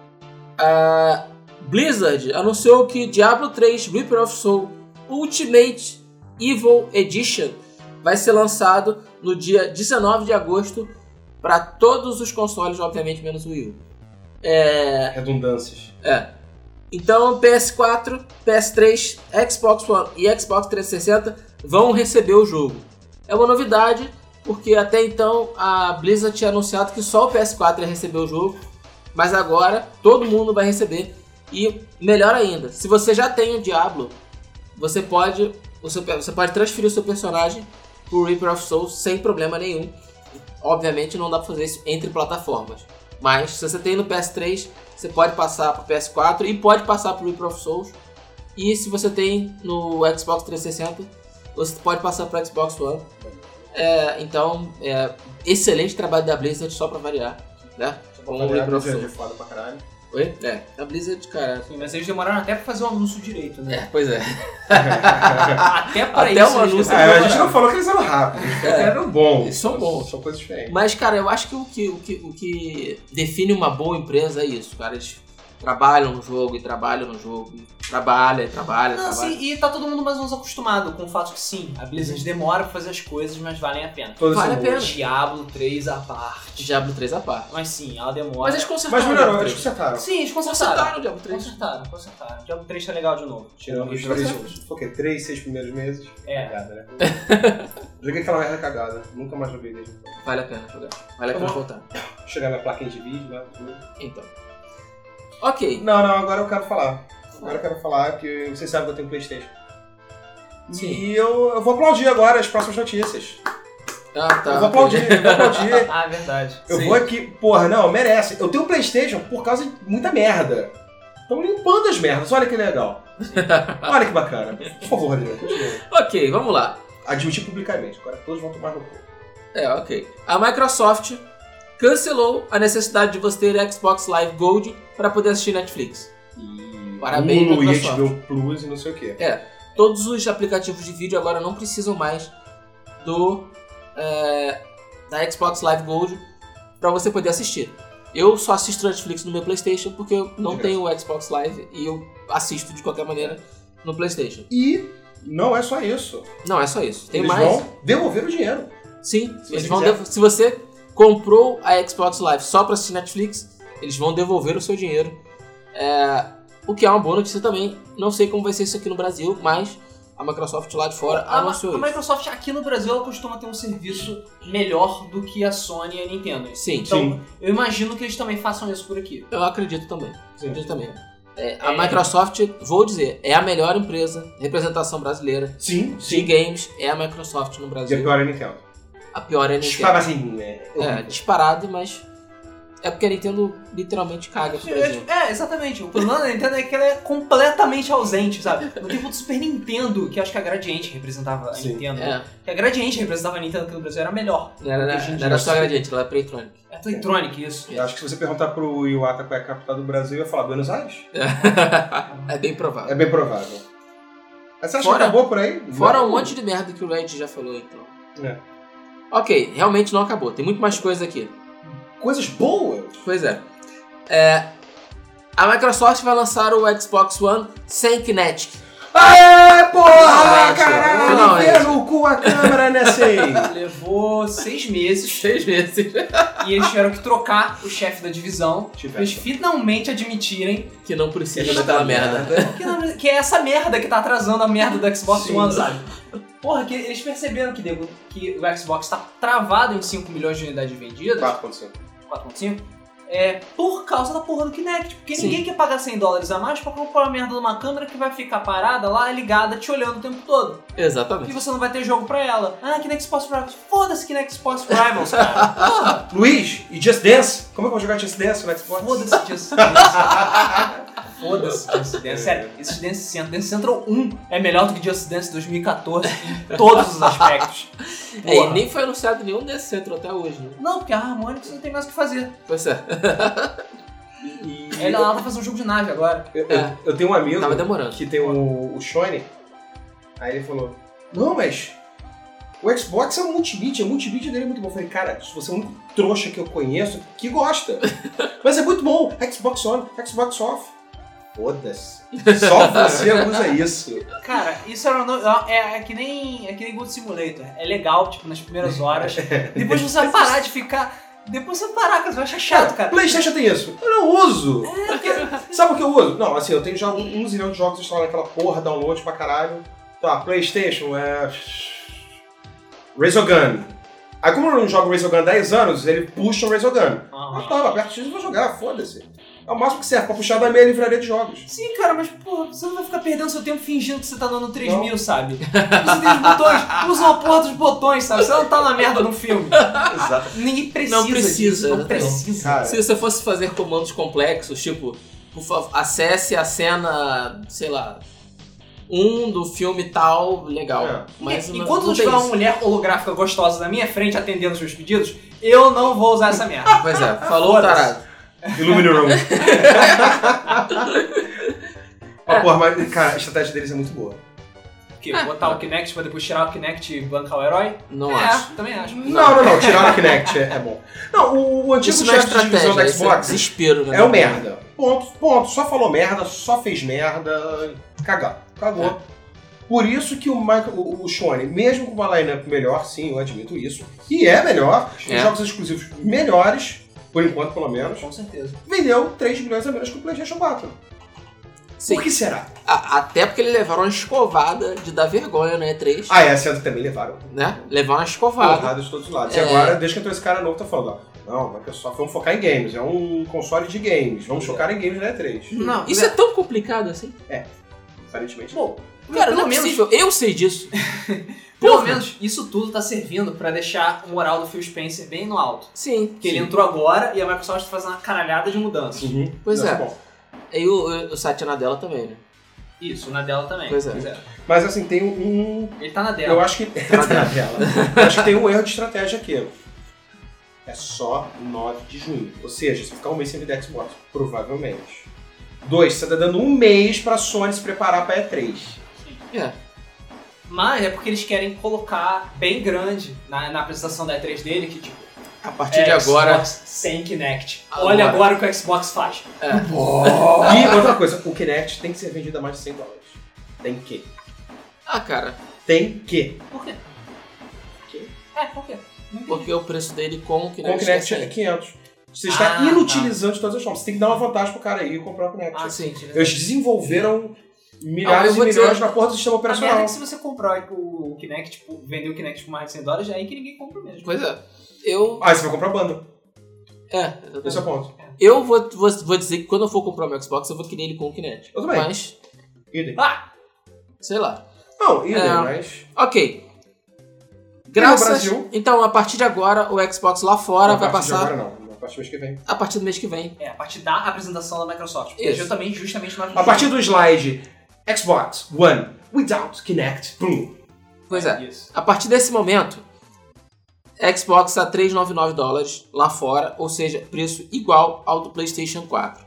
A Blizzard anunciou que Diablo 3 Reaper of Soul Ultimate Evil Edition vai ser lançado no dia 19 de agosto para todos os consoles, obviamente menos o Wii U. Redundâncias. Então PS4, PS3, Xbox One e Xbox 360 vão receber o jogo. É uma novidade, porque até então a Blizzard tinha anunciado que só o PS4 ia receber o jogo, mas agora todo mundo vai receber. E melhor ainda, se você já tem o Diablo, você pode transferir o seu personagem pro Reaper of Souls sem problema nenhum. Obviamente não dá pra fazer isso entre plataformas, mas se você tem no PS3, você pode passar pro PS4 e pode passar pro Reaper of Souls. E se você tem no Xbox 360, você pode passar pro Xbox One. Então, excelente trabalho da Blizzard, só pra variar, né? Com o Reaper of Souls. Foda pra caralho. Oi? A Blizzard, cara... Sim, mas eles demoraram até pra fazer o anúncio direito, né? Pois é. Até pra Até isso o eles anúncio demoraram. A gente não falou que eles eram rápidos. Eles eram bons. Eles são bons. São coisas diferentes. Mas, cara, eu acho que o que define uma boa empresa é isso, cara. Eles trabalham no jogo e trabalham no jogo. Trabalha. Sim, e tá todo mundo mais ou menos acostumado com o fato que sim, a Blizzard demora pra fazer as coisas, mas valem a pena. Vale a pena. Diablo 3 à parte. Diablo 3 à parte. Mas sim, ela demora. Mas eles consertaram. Mas melhorou, eles consertaram. Sim, eles consertaram. o Diablo 3. Consertaram. O Diablo 3 tá legal de novo. Tirando os Foi o quê? 3, 6 primeiros meses? É. Cagada, né? Joguei aquela merda cagada. Nunca mais joguei desde então. Vale a pena jogar. Vale a pena voltar. Chegar minha plaquinha de vídeo lá. Tudo. Então. Ok. Não, agora eu quero falar. Agora eu quero falar que vocês sabem que eu tenho PlayStation. Sim. E eu vou aplaudir agora as próximas notícias. Tá. Eu vou aplaudir. Ah, verdade. Eu vou aqui, porra, não, merece. Eu tenho PlayStation por causa de muita merda. Estão limpando as merdas, olha que legal. Olha que bacana. Por favor, Rodrigo, continua. Ok, vamos lá. Admitir publicamente, agora todos vão tomar no cu. Ok. A Microsoft cancelou a necessidade de você ter Xbox Live Gold para poder assistir Netflix. Parabéns, Microsoft. HBO Plus e não sei o quê. Todos os aplicativos de vídeo agora não precisam mais da Xbox Live Gold para você poder assistir. Eu só assisto Netflix no meu PlayStation porque eu não tenho o Xbox Live e eu assisto de qualquer maneira no PlayStation. E não é só isso. Não é só isso. Tem Eles mais. vão devolver o dinheiro. Sim, Se se você comprou a Xbox Live só para assistir Netflix, eles vão devolver o seu dinheiro. O que é uma boa notícia também. Não sei como vai ser isso aqui no Brasil, mas a Microsoft lá de fora anunciou isso. A Microsoft aqui no Brasil ela costuma ter um serviço melhor do que a Sony e a Nintendo. Sim. Então, eu imagino que eles também façam isso por aqui. Eu acredito também. A Microsoft, vou dizer, é a melhor empresa, representação brasileira de games, é a Microsoft no Brasil. E a pior é a Nintendo. A pior é a Nintendo. Disparado assim, né? Disparado, mas é porque a Nintendo literalmente caga pro Brasil. Exatamente. O problema da Nintendo é que ela é completamente ausente, sabe? No tempo do Super Nintendo, que acho que a Gradiente representava a Nintendo. Que a Gradiente representava a Nintendo aqui no Brasil era melhor. Não era só a Gradiente, ela era Playtronic. É Playtronic, isso. Eu acho que se você perguntar pro Iwata qual é a capital do Brasil, ele vai falar Buenos Aires. É bem provável. É bem provável. Mas você acha que acabou por aí? Fora um monte de merda que o Red já falou, então. Ok, realmente não acabou. Tem muito mais coisa aqui. Coisas boas? Pois é. A Microsoft vai lançar o Xbox One sem Kinect. Aê, porra! Finalmente. Caralho! Enfia no cu a câmera nessa aí! Levou 6 meses. 6 meses. E eles tiveram que trocar o chefe da divisão. Pra eles finalmente admitirem que não precisa daquela merda. Que é essa merda que tá atrasando a merda do Xbox One, sabe? Porra, que eles perceberam que o Xbox tá travado em 5 milhões de unidades vendidas. 4.5. Por causa da porra do Kinect. Porque ninguém quer pagar $100 a mais pra comprar uma merda numa câmera que vai ficar parada lá, ligada, te olhando o tempo todo. Exatamente. E você não vai ter jogo pra ela. Kinect Sports Rivals. Foda-se Kinect Sports Rivals, cara. Porra. Luiz, e Just Dance? Como é que eu vou jogar Just Dance no Xbox? Foda-se Just Dance. Foda-se Just Dance. Sério, esse Dance Central 1 é melhor do que Just Dance 2014 em todos os aspectos. E nem foi anunciado nenhum Dance Central até hoje, né? Não, porque a Harmonix não tem mais o que fazer. Pois é. Ela tá fazendo um jogo de nave agora. Eu tenho um amigo Tava demorando. que tem o Shone. Aí ele falou, não, mas o Xbox é um multimídia, dele é muito bom. Eu falei, cara, você é o único trouxa que eu conheço que gosta. Mas é muito bom. Xbox On, Xbox Off. Foda-se. Só você usa isso. Cara, isso é que nem Good Simulator. É legal, tipo, nas primeiras horas. Depois você vai parar de ficar... Depois você vai parar, cara, você vai achar chato, cara. PlayStation tem isso. Eu não uso. Sabe o que eu uso? Não, assim, eu tenho já 1 zilhão de jogos instalados naquela porra, download pra caralho. Tá, PlayStation é... Resogun. Aí como eu não jogo Resogun há 10 anos, ele puxa o Resogun. Mas tá, aperta X e vou jogar, foda-se. É o máximo que serve, pra puxar da minha livraria de jogos. Sim, cara, mas porra, você não vai ficar perdendo seu tempo fingindo que você tá dando 3000, sabe? Você tem os botões, usa uma porra dos botões, sabe? Você não tá na merda no filme. Exato. Ninguém precisa. Não precisa. Não precisa. Cara. Se você fosse fazer comandos complexos, tipo, por favor, acesse a cena, sei lá, 1 do filme tal, legal. Mas enquanto não tiver uma mulher holográfica gostosa na minha frente atendendo os meus pedidos, eu não vou usar essa merda. Pois é, falou o tarado. Illumina Room. Porra, mas, cara, a estratégia deles é muito boa. O quê? Botar o Kinect pra depois tirar o Kinect e bancar o herói? Não acho. Também acho. Não. Tirar o Kinect é bom. Não, o antigo Isso não é chefe de divisão da estratégia, Xbox desespero, né? é um merda. Ponto. Só falou merda, só fez merda. Cagou. Por isso que o Sony, mesmo com uma lineup melhor, sim, eu admito isso, e é melhor, os jogos exclusivos melhores, por enquanto pelo menos, Com certeza. vendeu 3 milhões a menos que o PlayStation 4. Sim. Por que será? Até porque eles levaram uma escovada de dar vergonha no E3. Essa também levaram. Né? Levaram uma escovada. Porrada de todos os lados. E agora, desde que entrou esse cara novo, tá falando, não, Microsoft, vamos focar em games, é um console de games, vamos focar em games na E3. Não, isso é tão complicado assim? Aparentemente. Bom, cara, não é possível. Eu sei disso. Pelo menos isso tudo tá servindo pra deixar o moral do Phil Spencer bem no alto. Sim. Porque ele entrou agora e a Microsoft tá fazendo uma caralhada de mudanças. Pois é. Bom. E o Satya Nadella também, né? Isso, na dela também. Pois é. Mas assim, tem um... Ele tá na dela. Eu acho que... tá na dela. Eu acho que tem um erro de estratégia aqui. É só 9 de junho. Ou seja, você vai ficar um mês sem vir Xbox. Provavelmente. 2, você tá dando um mês pra Sony se preparar pra E3. É. Mas é porque eles querem colocar bem grande na apresentação da E3 dele, que tipo... A partir de agora... Xbox sem Kinect. Olha agora o que o Xbox faz. E outra coisa, o Kinect tem que ser vendido a mais de $100. Tem que. Cara. Tem que. Por quê? Por quê? Porque o preço dele com o Kinect, Com o Kinect é 500. Você está inutilizando de todas as formas. Você tem que dar uma vantagem pro cara aí e comprar o Kinect. Sim. Eles desenvolveram milhares e milhões na porra do sistema A merda operacional. é que se você comprar o Kinect, tipo, vender o Kinect por mais de $100, é aí que ninguém compra mesmo. Pois é. Aí você vai comprar banda. Exatamente. Esse é o ponto. Eu vou dizer que quando eu for comprar o meu Xbox, eu vou querer ele com o Kinect. Eu também. Mas, Idem. sei lá. Não, idem, mas... Ok. No Graças... Brasil... Então, a partir de agora, o Xbox lá fora vai passar... Agora não. A partir do mês que vem. A partir do mês que vem. A partir da apresentação da Microsoft. Porque Isso. eu também, justamente, na A partir do slide Xbox One without Kinect. Pum. Pois é. Isso. A partir desse momento, Xbox a $399 lá fora, ou seja, preço igual ao do PlayStation 4.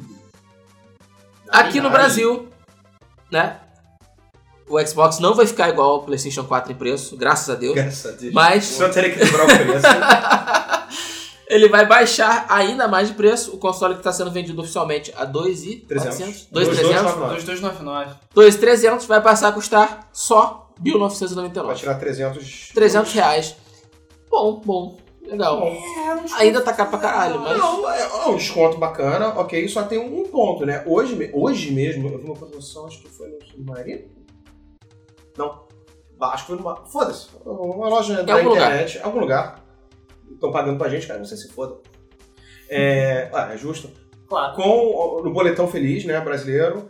Aqui no Brasil, né? O Xbox não vai ficar igual ao PlayStation 4 em preço, graças a Deus. Graças a Deus. Mas Só teria que dobrar o preço. ele vai baixar ainda mais de preço. O console que está sendo vendido oficialmente a $2.400. 2.299. 2.300 vai passar a custar só R$1.999. Vai tirar 300... R$300. Bom. Legal. Ainda tá caro pra caralho, mas... Não, é um desconto bacana, ok, só tem um ponto, né? Hoje mesmo, eu vi uma promoção, acho que foi no Submarino? Não. Acho que foi numa... Foda-se. Uma loja da internet, algum lugar. Estão pagando pra gente, cara, não sei se foda. É justo. Claro. No Boletão Feliz, né, brasileiro,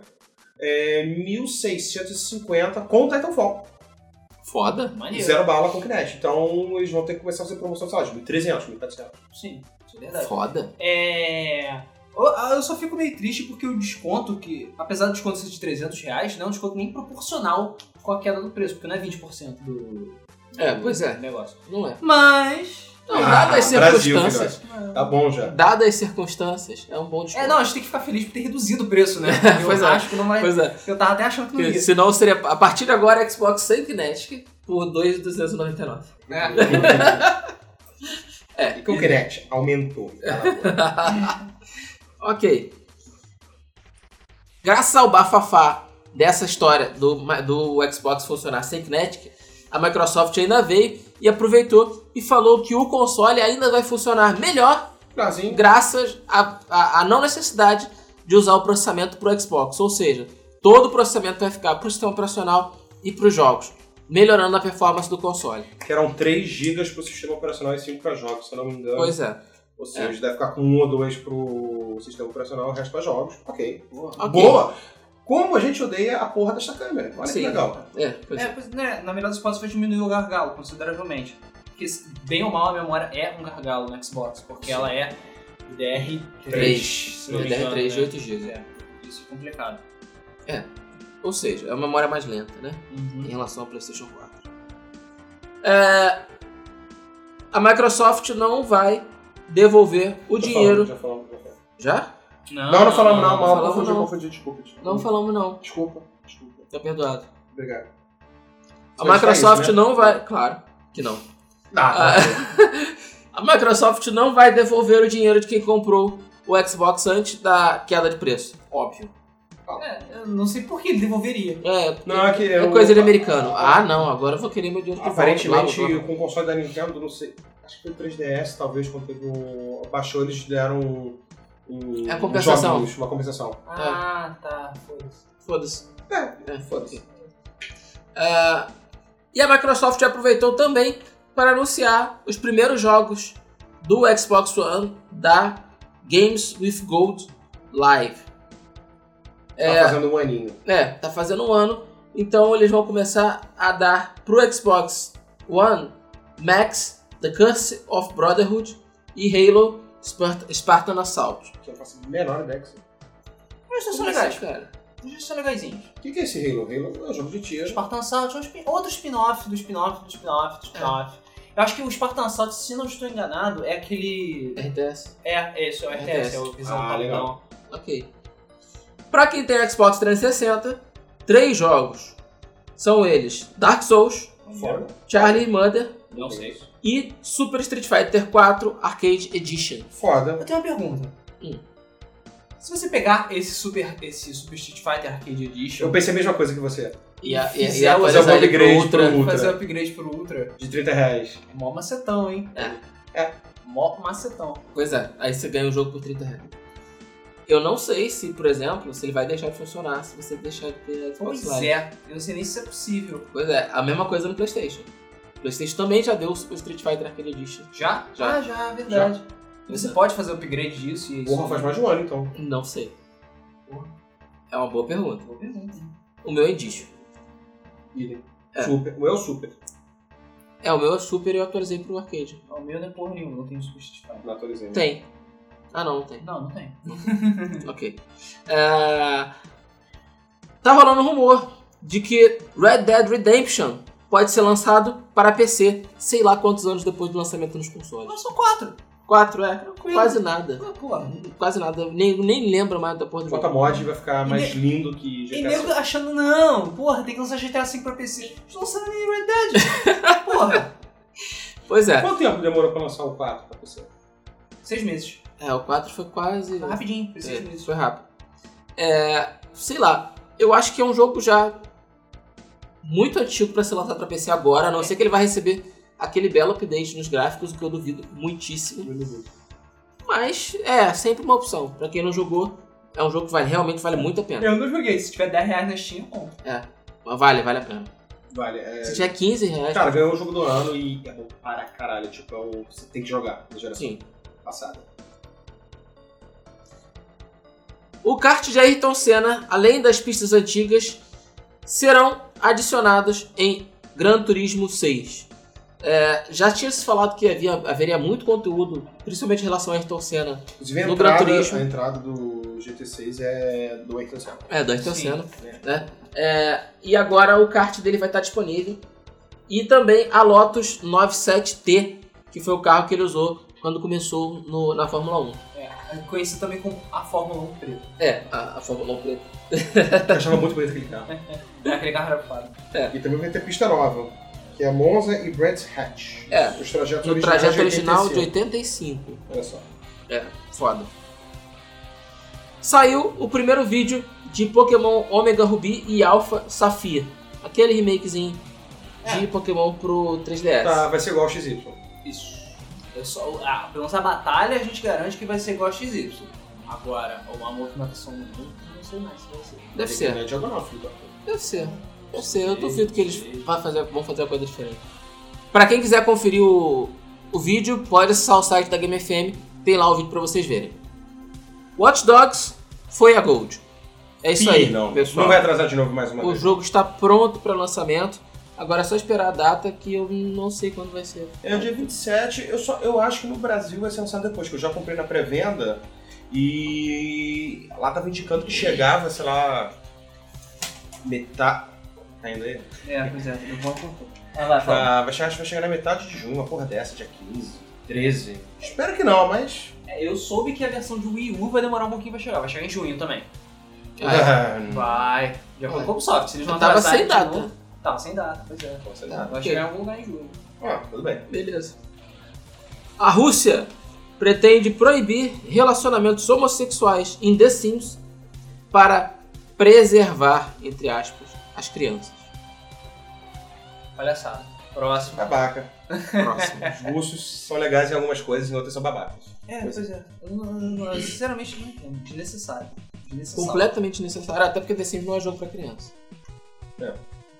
1.650 com o Titanfall. Foda. Maneiro. 0 bala com Kinect. Então eles vão ter que começar a fazer promoção, sei lá, de 1.300, 1.400. Sim, isso é verdade. Foda. Eu só fico meio triste porque o desconto, que apesar do desconto ser de R$300, não é um desconto nem proporcional com a queda do preço, porque não é 20% do Pois é. negócio. Não é. Mas... Não, dadas as circunstâncias... Tá bom já. Dadas as circunstâncias, é um bom desconto. Não, a gente tem que ficar feliz por ter reduzido o preço, né? Pois eu é. acho que não vai... Pois é. Eu tava até achando que não ia. Senão seria, a partir de agora, Xbox sem Kinect por R$2.299. E com o Kinect aumentou. Ok. Graças ao bafafá dessa história do Xbox funcionar sem Kinect, a Microsoft ainda veio e aproveitou e falou que o console ainda vai funcionar melhor graças à não necessidade de usar o processamento para o Xbox. Ou seja, todo o processamento vai ficar para o sistema operacional e para os jogos, melhorando a performance do console. Que eram 3 GB para o sistema operacional e 5 para jogos, se eu não me engano. Pois é. Ou seja, deve ficar com 1 ou 2 para o sistema operacional e o resto para jogos. Ok. Boa! Como a gente odeia a porra dessa câmera. Olha que legal. Na verdade, os pontos vai diminuir o gargalo consideravelmente. Porque, bem ou mal, a memória é um gargalo no Xbox, porque ela é DDR3. DDR3 de 8 GB. Isso é complicado. Ou seja, é uma memória mais lenta, né? Em relação ao PlayStation 4. A Microsoft não vai devolver o dinheiro... Já falamos. Já? Não falamos não. Confundi, desculpa. Não falamos não. Desculpa. Tá perdoado. Obrigado. A Microsoft não vai... Claro que não. A Microsoft não vai devolver o dinheiro de quem comprou o Xbox antes da queda de preço. Óbvio. Eu não sei por que ele devolveria. É coisa de americano. Não, agora eu vou querer meu dinheiro de volta. Aparentemente, com o console da Nintendo, não sei, acho que foi o 3DS, talvez, quando teve baixou, eles deram a compensação. Uma compensação. Tá. Foda-se. Foda-se. E a Microsoft aproveitou também para anunciar os primeiros jogos do Xbox One da Games with Gold Live. Tá fazendo um aninho. Tá fazendo um ano. Então eles vão começar a dar pro Xbox One Max, The Curse of Brotherhood e Halo Spartan Assault. Que eu faço a menor ideia que Mas são legais, cara. Eles são legaisinhos. O que é esse Halo? Halo é um jogo de tiro. Spartan Assault é outro spin-off do spin-off. Eu acho que o Spartan Assault, se não estou enganado, é aquele... RTS. Isso, é o RTS, é o Visão legal. Ok. Pra quem tem Xbox 360, 3 jogos. São eles Dark Souls, Charlie Murder Não sei. e Super Street Fighter 4 Arcade Edition. Foda. Eu tenho uma pergunta. Se você pegar esse Super Street Fighter Arcade Edition... Eu pensei a mesma coisa que você. E fazer o upgrade pro Ultra. Fazer o upgrade pro Ultra. De R$30. É mó macetão, hein? Mó macetão. Pois é, aí você ganha o jogo por R$30. Eu não sei se, por exemplo, se ele vai deixar de funcionar se você deixar de ter Xbox Live. Eu não sei nem se isso é possível. Pois é, a mesma coisa no PlayStation. O PlayStation também já deu o Super Street Fighter Arcade Edition. Já? Já. Já, verdade. Você pode fazer o upgrade disso e isso... Porra, faz mais de um ano, então. Não sei. É uma boa pergunta. Boa pergunta. O meu é Edition. Super. O meu é o Super. O meu é Super e eu atualizei pro Arcade. O meu não é porra nenhuma, não tem Super Street Fighter. Não atualizei. Tem. Não tem. Não tem. Ok. Tá rolando um rumor de que Red Dead Redemption pode ser lançado para PC, sei lá quantos anos depois do lançamento nos consoles. Não, são 4. 4, quase nada. Porra. Quase nada. Nem lembro mais da porra do jogo. Bota mod vai ficar mais lindo que GTA. E nego achando, não, porra, tem que lançar GTA V pra PC. Estou lançando nem Red Dead. Porra. Pois é. Quanto tempo demorou pra lançar o 4 pra PC? 6 meses. O 4 foi quase... Foi rapidinho, foi 6 meses. Foi rápido. Sei lá, eu acho que é um jogo já muito antigo pra ser lançado pra PC agora, a não ser que ele vai receber aquele belo update nos gráficos, o que eu duvido muitíssimo. Mas é sempre uma opção. Pra quem não jogou, é um jogo que realmente vale muito a pena. Eu não joguei, se tiver R$10 na Steam, eu compro. Mas vale a pena. Vale. Se tiver R$15... Cara, ganhou o jogo do ano e é bom para caralho. Tipo, você tem que jogar na geração passada. O kart de Ayrton Senna, além das pistas antigas, serão adicionados em Gran Turismo 6. Já tinha se falado que haveria muito conteúdo, principalmente em relação a Ayrton Senna, inclusive, no Gran Turismo. A entrada do GT6 é do Ayrton Senna. Do Ayrton Senna. Né? E agora o kart dele vai estar disponível. E também a Lotus 97T, que foi o carro que ele usou quando começou na Fórmula 1. Conhecido também como a Fórmula 1 preta. A Fórmula 1 preta. Eu achava muito bonito aquele carro. Aquele carro era foda. E também vai ter pista nova, que é Monza e Brands Hatch. Os trajetos original de 85. Olha só. Foda. Saiu o primeiro vídeo de Pokémon Omega Ruby e Alpha Sapphire. Aquele remakezinho de Pokémon pro 3DS. Vai ser igual ao XY. Isso. Pelo menos a batalha a gente garante que vai ser igual a XY. Agora, uma movimentação no mundo, não sei mais se vai ser. Deve ser. Deve ser. Eu duvido que eles vão fazer uma coisa diferente. Pra quem quiser conferir o vídeo, pode acessar o site da Game FM. Tem lá o vídeo pra vocês verem. Watch Dogs foi a Gold. É isso aí, pessoal. Não vai atrasar de novo mais uma vez. O jogo está pronto para lançamento. Agora é só esperar a data, que eu não sei quando vai ser. É o dia 27. Eu acho que no Brasil vai ser lançado depois, que eu já comprei na pré-venda. E lá tava indicando que chegava, sei lá, metade... Tá indo aí? Pois é, eu vou acompanhar. Vai chegar na metade de junho, uma porra dessa, dia 15, 13. Espero que não, mas... Eu soube que a versão de Wii U vai demorar um pouquinho pra chegar. Vai chegar em junho também. Vai. Já foi como soft. Se eles não tava sem data. Tava sem data, pois é. Vai chegar em algum lugar em junho. Tudo bem. Beleza. A Rússia pretende proibir relacionamentos homossexuais em The Sims para preservar, entre aspas, as crianças. Palhaçada. Próximo. Babaca. Próximo. Os russos são legais em algumas coisas e em outras são babacas. Pois é. Eu sinceramente não entendo. Desnecessário. Completamente necessário, até porque The Sims não é jogo pra criança. É.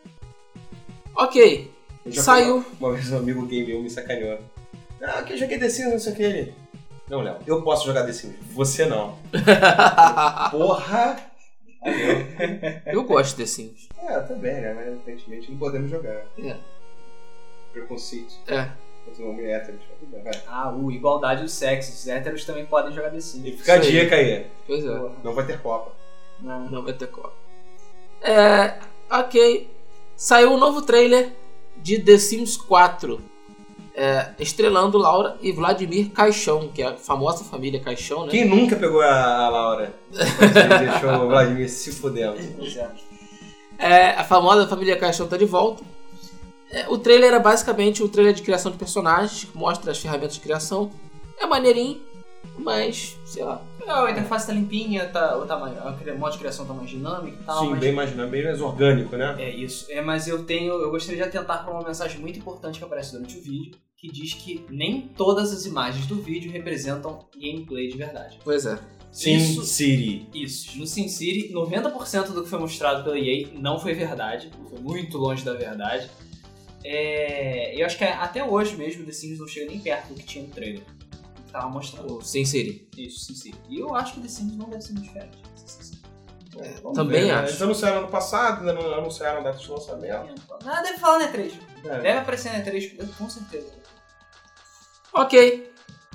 Ok. Eu já Saiu. Uma vez um amigo gay meu me sacaneou. Que eu joguei The Sims, não sei o que ele. Não, Léo, eu posso jogar The Sims. Você não. Porra! Eu gosto de The Sims. Também, né? Mas aparentemente não podemos jogar. Preconceito. Contra uma mulher hétero. Igualdade dos sexos. Os héteros também podem jogar The Sims. E fica a dica aí. Pois é. Não vai ter Copa. Não vai ter Copa. Ok. Saiu um novo trailer de The Sims 4. Estrelando Laura e Vladimir Caixão, que é a famosa família Caixão, né? Quem nunca pegou a Laura? Você deixou o Vladimir se fudendo. A famosa família Caixão tá de volta. O trailer era basicamente um trailer de criação de personagens, que mostra as ferramentas de criação. É maneirinho, mas, sei lá. A interface tá limpinha, o modo de criação tá mais dinâmico e tal. Sim, bem mais dinâmico, bem mais orgânico, né? É isso. Mas eu gostaria de atentar para uma mensagem muito importante que aparece durante o vídeo, que diz que nem todas as imagens do vídeo representam gameplay de verdade. Pois é. SimCity. Isso. No SimCity, 90% do que foi mostrado pela EA não foi verdade. Foi muito longe da verdade. Eu acho que até hoje mesmo The Sims não chega nem perto do que tinha no trailer. Que tava mostrando. O SimCity. Isso, SimCity. E eu acho que The Sims não deve ser muito diferente. Também acho. Eles anunciaram ano passado, ainda não anunciaram data de lançamento. Deve falar na E3. Deve aparecer na E3, com certeza. Ok.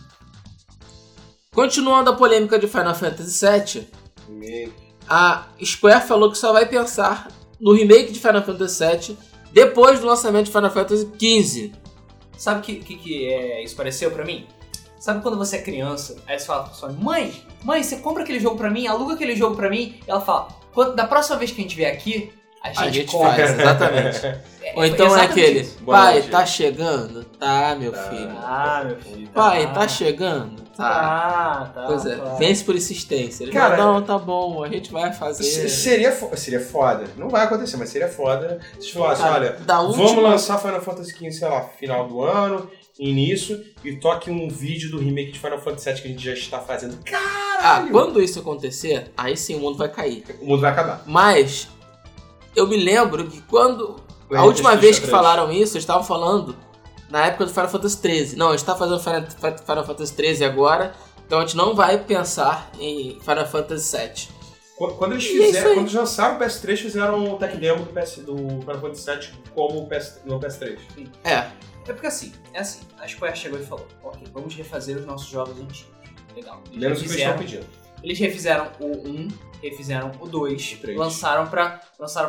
Continuando a polêmica de Final Fantasy VII, a Square falou que só vai pensar no remake de Final Fantasy VII depois do lançamento de Final Fantasy XV. Sabe o que isso pareceu pra mim? Sabe quando você é criança, aí você fala pra sua mãe, você compra aquele jogo pra mim, aluga aquele jogo pra mim, e ela fala, da próxima vez que a gente vier aqui, a gente compra. Faz, exatamente. Ou então é aquele, pai, tá chegando? Tá, meu filho. Meu filho. Pai, tá chegando? Tá. Pois é, vence por insistência. Ele fala, não, tá bom, a gente vai fazer. Seria foda. Não vai acontecer, mas seria foda se eles falassem, olha, vamos lançar Final Fantasy XV, sei lá, final do ano, início, e toque um vídeo do remake de Final Fantasy VII que a gente já está fazendo. Caralho! Quando isso acontecer, aí sim o mundo vai cair. O mundo vai acabar. Mas eu me lembro que quando a última vez que falaram isso, eles estavam falando na época do Final Fantasy XIII. Não, a gente tá fazendo Final Fantasy XIII agora, então a gente não vai pensar em Final Fantasy VII. Quando eles lançaram o PS3, fizeram o tech demo do Final Fantasy VII como no PS3. É porque assim, a Square chegou e falou, ok, vamos refazer os nossos jogos antigos. Legal. Menos o que eles estão pedindo. Eles refizeram o 1, refizeram o 2, lançaram pra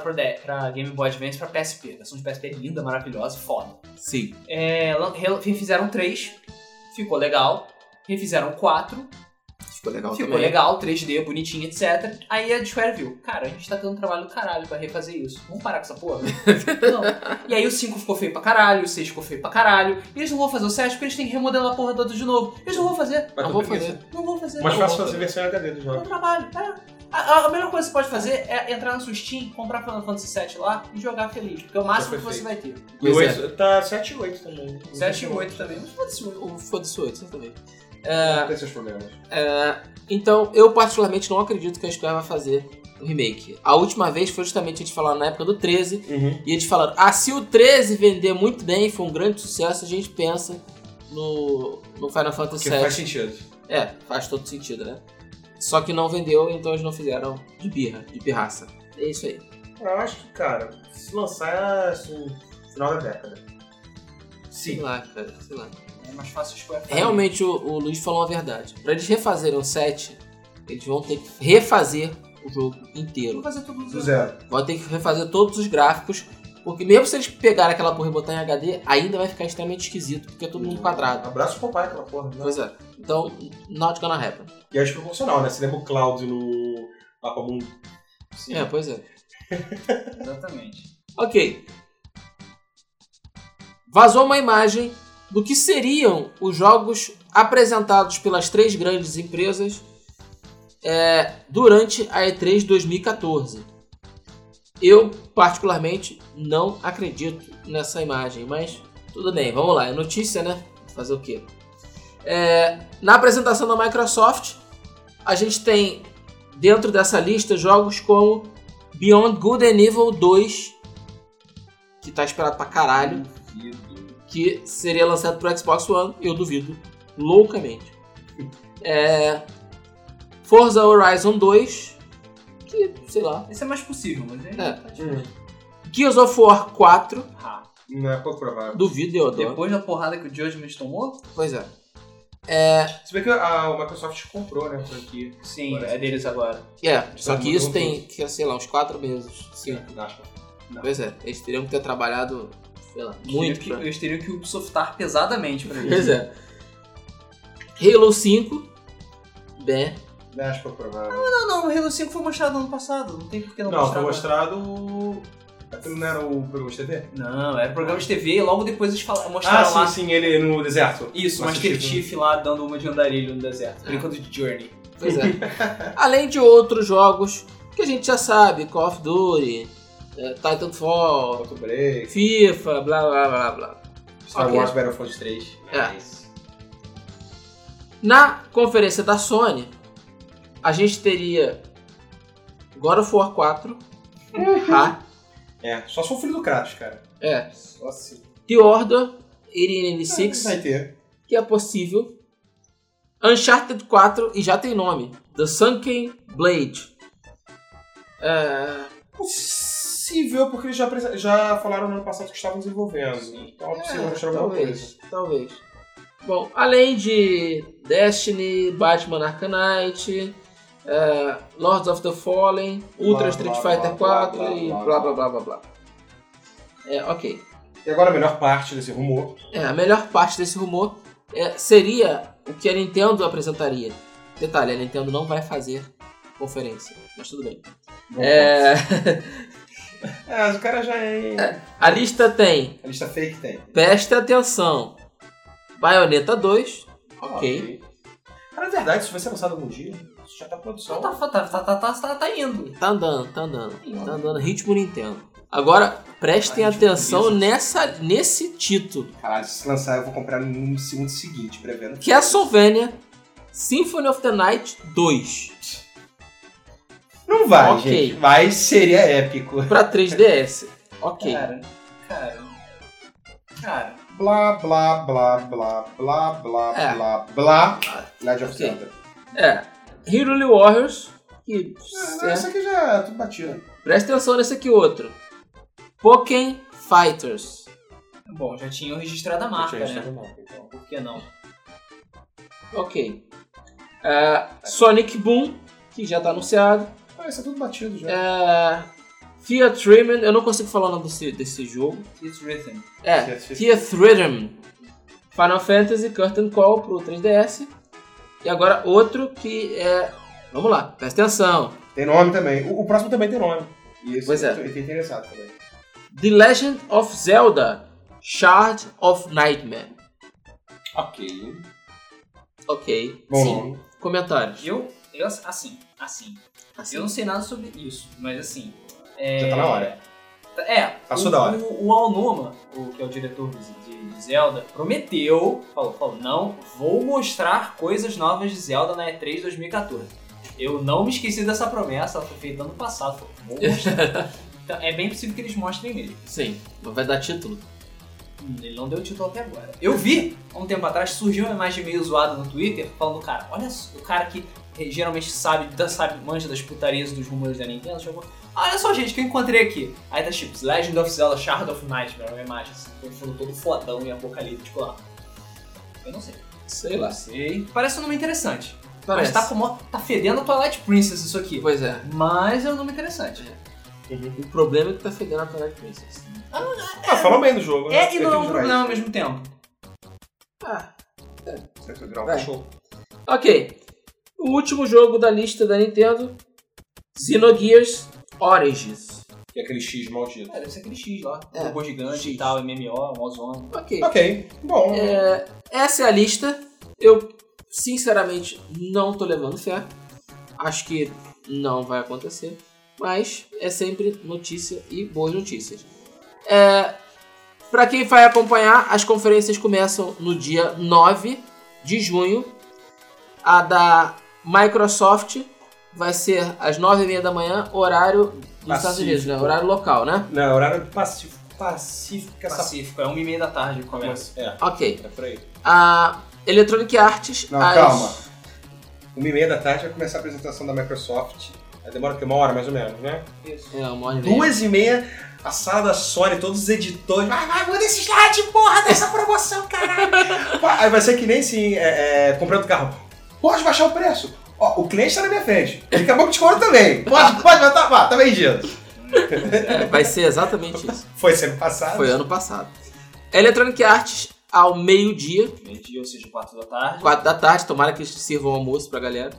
Game Boy Advance pra PSP. A versão de PSP é linda, maravilhosa, foda. Sim. Refizeram 3, ficou legal. Refizeram o 4, ficou legal, 3D, bonitinho, etc. Aí a Square viu, cara, a gente tá tendo um trabalho do caralho pra refazer isso. Vamos parar com essa porra? Não. E aí o 5 ficou feio pra caralho, o 6 ficou feio pra caralho. E eles não vão fazer o 7 porque eles têm que remodelar a porra toda de novo. Eles não vão fazer. Não vão fazer. Mas fácil fazer versão HD do jogo. É um trabalho, A melhor coisa que você pode fazer é entrar na sua Steam, comprar Final Fantasy VII lá e jogar feliz. Porque é o máximo que você vai ter. E o 8 tá 7 e 8 também. 7 e 8 também, mas foda-se o 8. Foda-se o 8 também. Não tem seus problemas. Então, eu particularmente não acredito que a Square vai fazer o remake. A última vez foi justamente eles falaram na época do 13, e eles falaram, se o 13 vender muito bem, foi um grande sucesso, a gente pensa no Final Fantasy VII. Porque faz sentido. Faz todo sentido, né? Só que não vendeu, então eles não fizeram de pirraça. É isso aí. Eu acho que, cara, se lançar assim, final da década. Sim. Sei lá, cara, sei lá. É mais fácil Square. Realmente o Luiz falou uma verdade. Pra eles refazerem o 7, eles vão ter que refazer o jogo inteiro. Vão fazer tudo do zero. Vão ter que refazer todos os gráficos, porque mesmo se eles pegarem aquela porra e botar em HD, ainda vai ficar extremamente esquisito, porque é todo mundo quadrado. Abraço pro papai aquela porra. Né? Pois é. Então, not gonna happen. E é desproporcional, né? Você lembra o Cloud no Mapa Mundo? Sim. Pois é. Exatamente. Ok. Vazou uma imagem do que seriam os jogos apresentados pelas 3 grandes empresas durante a E3 2014. Eu, particularmente, não acredito nessa imagem, mas tudo bem, vamos lá, é notícia, né? Fazer o quê? Na apresentação da Microsoft, a gente tem dentro dessa lista jogos como Beyond Good and Evil 2, que tá esperado pra caralho, que seria lançado pro Xbox One, eu duvido loucamente. Forza Horizon 2, que sei lá. Esse é mais possível, mas Gears of War 4, Não é pouco provável. duvido, eu adoro. depois da porrada que o Judgment tomou? Pois é. Se bem que a Microsoft comprou, né, por aqui. Sim, é deles agora. Só que isso tem, sei lá, uns 4 meses. 5. Não. Pois é, eles teriam que ter trabalhado, sei lá, muito pra... Eles teriam que Ubisoftar pesadamente pra Pois isso. é. Halo 5, Não acho pouco provável. Não, o Halo 5 foi mostrado ano passado, não tem por que não Não, mostrar foi agora. mostrado... Aquilo não era o programa de TV? Não, era programa de TV e logo depois eles mostraram lá. Sim, ele no deserto. Isso, Master Chief lá dando uma de andarilho no deserto, brincando de Journey. Pois é. Além de outros jogos que a gente já sabe, Call of Duty, Titanfall, Quantum Break, FIFA, blá blá blá blá. Star Ok. Wars Battlefront 3. Nice. Na conferência da Sony, a gente teria God of War 4, Só se for o filho do Kratos, cara. Só se... The Order 1886, Vai ter. que é possível, Uncharted 4, e já tem nome, The Sunken Blade. Possível, porque eles já falaram no ano passado que estavam desenvolvendo. Então é possível mostrar alguma coisa. Talvez. Bom, além de Destiny, Batman Arkham Knight, Lords of the Fallen, Ultra Street Fighter 4 e blá blá blá blá blá. Ok. E agora a melhor parte desse rumor. A melhor parte desse rumor seria o que a Nintendo apresentaria. Detalhe, a Nintendo não vai fazer conferência, mas tudo bem. Mas o cara já é... A lista tem, A lista fake tem. preste atenção, Bayonetta 2, ok. Cara, na verdade, isso vai ser lançado algum dia. Isso já tá em produção. Tá indo. Tá andando, ritmo Nintendo. Agora, prestem atenção nesse título. Caralho, se lançar eu vou comprar no segundo seguinte, prevendo. Castlevania Symphony of the Night 2. Não vai, Ok. gente. Mas seria épico. Pra 3DS. Ok. Cara. Blá, blá, blá, blá, blá, blá, blá, blá. Legend of Ok. Zelda. Hyrule Warriors. Que, Isso aqui já é tudo batido. presta atenção nesse aqui outro. Pokémon Fighters. Bom, já tinham registrado a marca, né? Então. Por que não? Ok. Sonic Boom, que já tá anunciado. Isso é tudo batido já. Fiat Rhythm, eu não consigo falar o nome desse jogo. It's Rhythm. Fiat Rhythm. Final Fantasy Curtain Call pro 3DS. E agora outro que é... Vamos lá, presta atenção. Tem nome também. O próximo também tem nome. E esse Pois é. eu tô interessado também. The Legend of Zelda Shard of Nightmare. Ok. Bom Sim. nome. Comentários. Eu assim. Eu não sei nada sobre isso, mas assim... Já tá na hora. Passou da hora. O Aonuma, que é o diretor de Zelda, prometeu, falou, não, vou mostrar coisas novas de Zelda na E3 2014. Eu não me esqueci dessa promessa, ela foi feita ano passado, vou mostrar. Então, é bem possível que eles mostrem mesmo. Sim, mas vai dar título. Ele não deu título até agora. Eu vi, há um tempo atrás, surgiu uma imagem meio zoada no Twitter, falando, cara, olha só, o cara que geralmente manja das putarias dos rumores da Nintendo, chegou, olha só, gente, que eu encontrei aqui. Aí tá tipo, Legend of Zelda Shard of Nightmare, uma imagem assim, com um fundo todo fodão e apocalíptico lá. Eu não sei. Sei lá. Parece um nome interessante. Parece. Mas tá fedendo a Twilight Princess isso aqui. Pois é. Mas é um nome interessante. O problema é que tá fedendo a Twilight Princess. Falou bem do jogo, né? E não é um problema ao mesmo tempo. Você vai virar um Vai. cachorro. Ok. O último jogo da lista da Nintendo, Xenogears Origins. Que é aquele X maldito. Deve ser aquele X lá. É, Robô gigante X. e tal, MMO, Mozone. Ok. Bom. Essa é a lista. Eu, sinceramente, não tô levando fé. Acho que não vai acontecer. Mas é sempre notícia e boas notícias. Para quem vai acompanhar, as conferências começam no dia 9 de junho. A da Microsoft vai ser às 9h30 da manhã, horário dos Estados Unidos, né? Horário local, né? Não, horário Pacífico. Pacífico, é 1h30 da tarde que começa. Ok. É por aí. A Electronic Arts... Não, calma. 1h30 da tarde vai começar a apresentação da Microsoft. Demora uma hora mais ou menos, né? Isso. 2h30, a sala da Sony, todos os editores. Vai, muda esse slide, porra, dessa promoção, caralho. Aí vai ser que nem assim, comprando carro. Pode baixar o preço. Ó, o cliente tá na minha frente. Daqui a pouco desconto também. Pode botar, tá vendido. Vai ser exatamente isso. Foi semana passada? Foi ano passado. Electronic Arts ao meio-dia. Meio-dia, ou seja, 4 da tarde. 4 da tarde, tomara que eles sirvam almoço pra galera.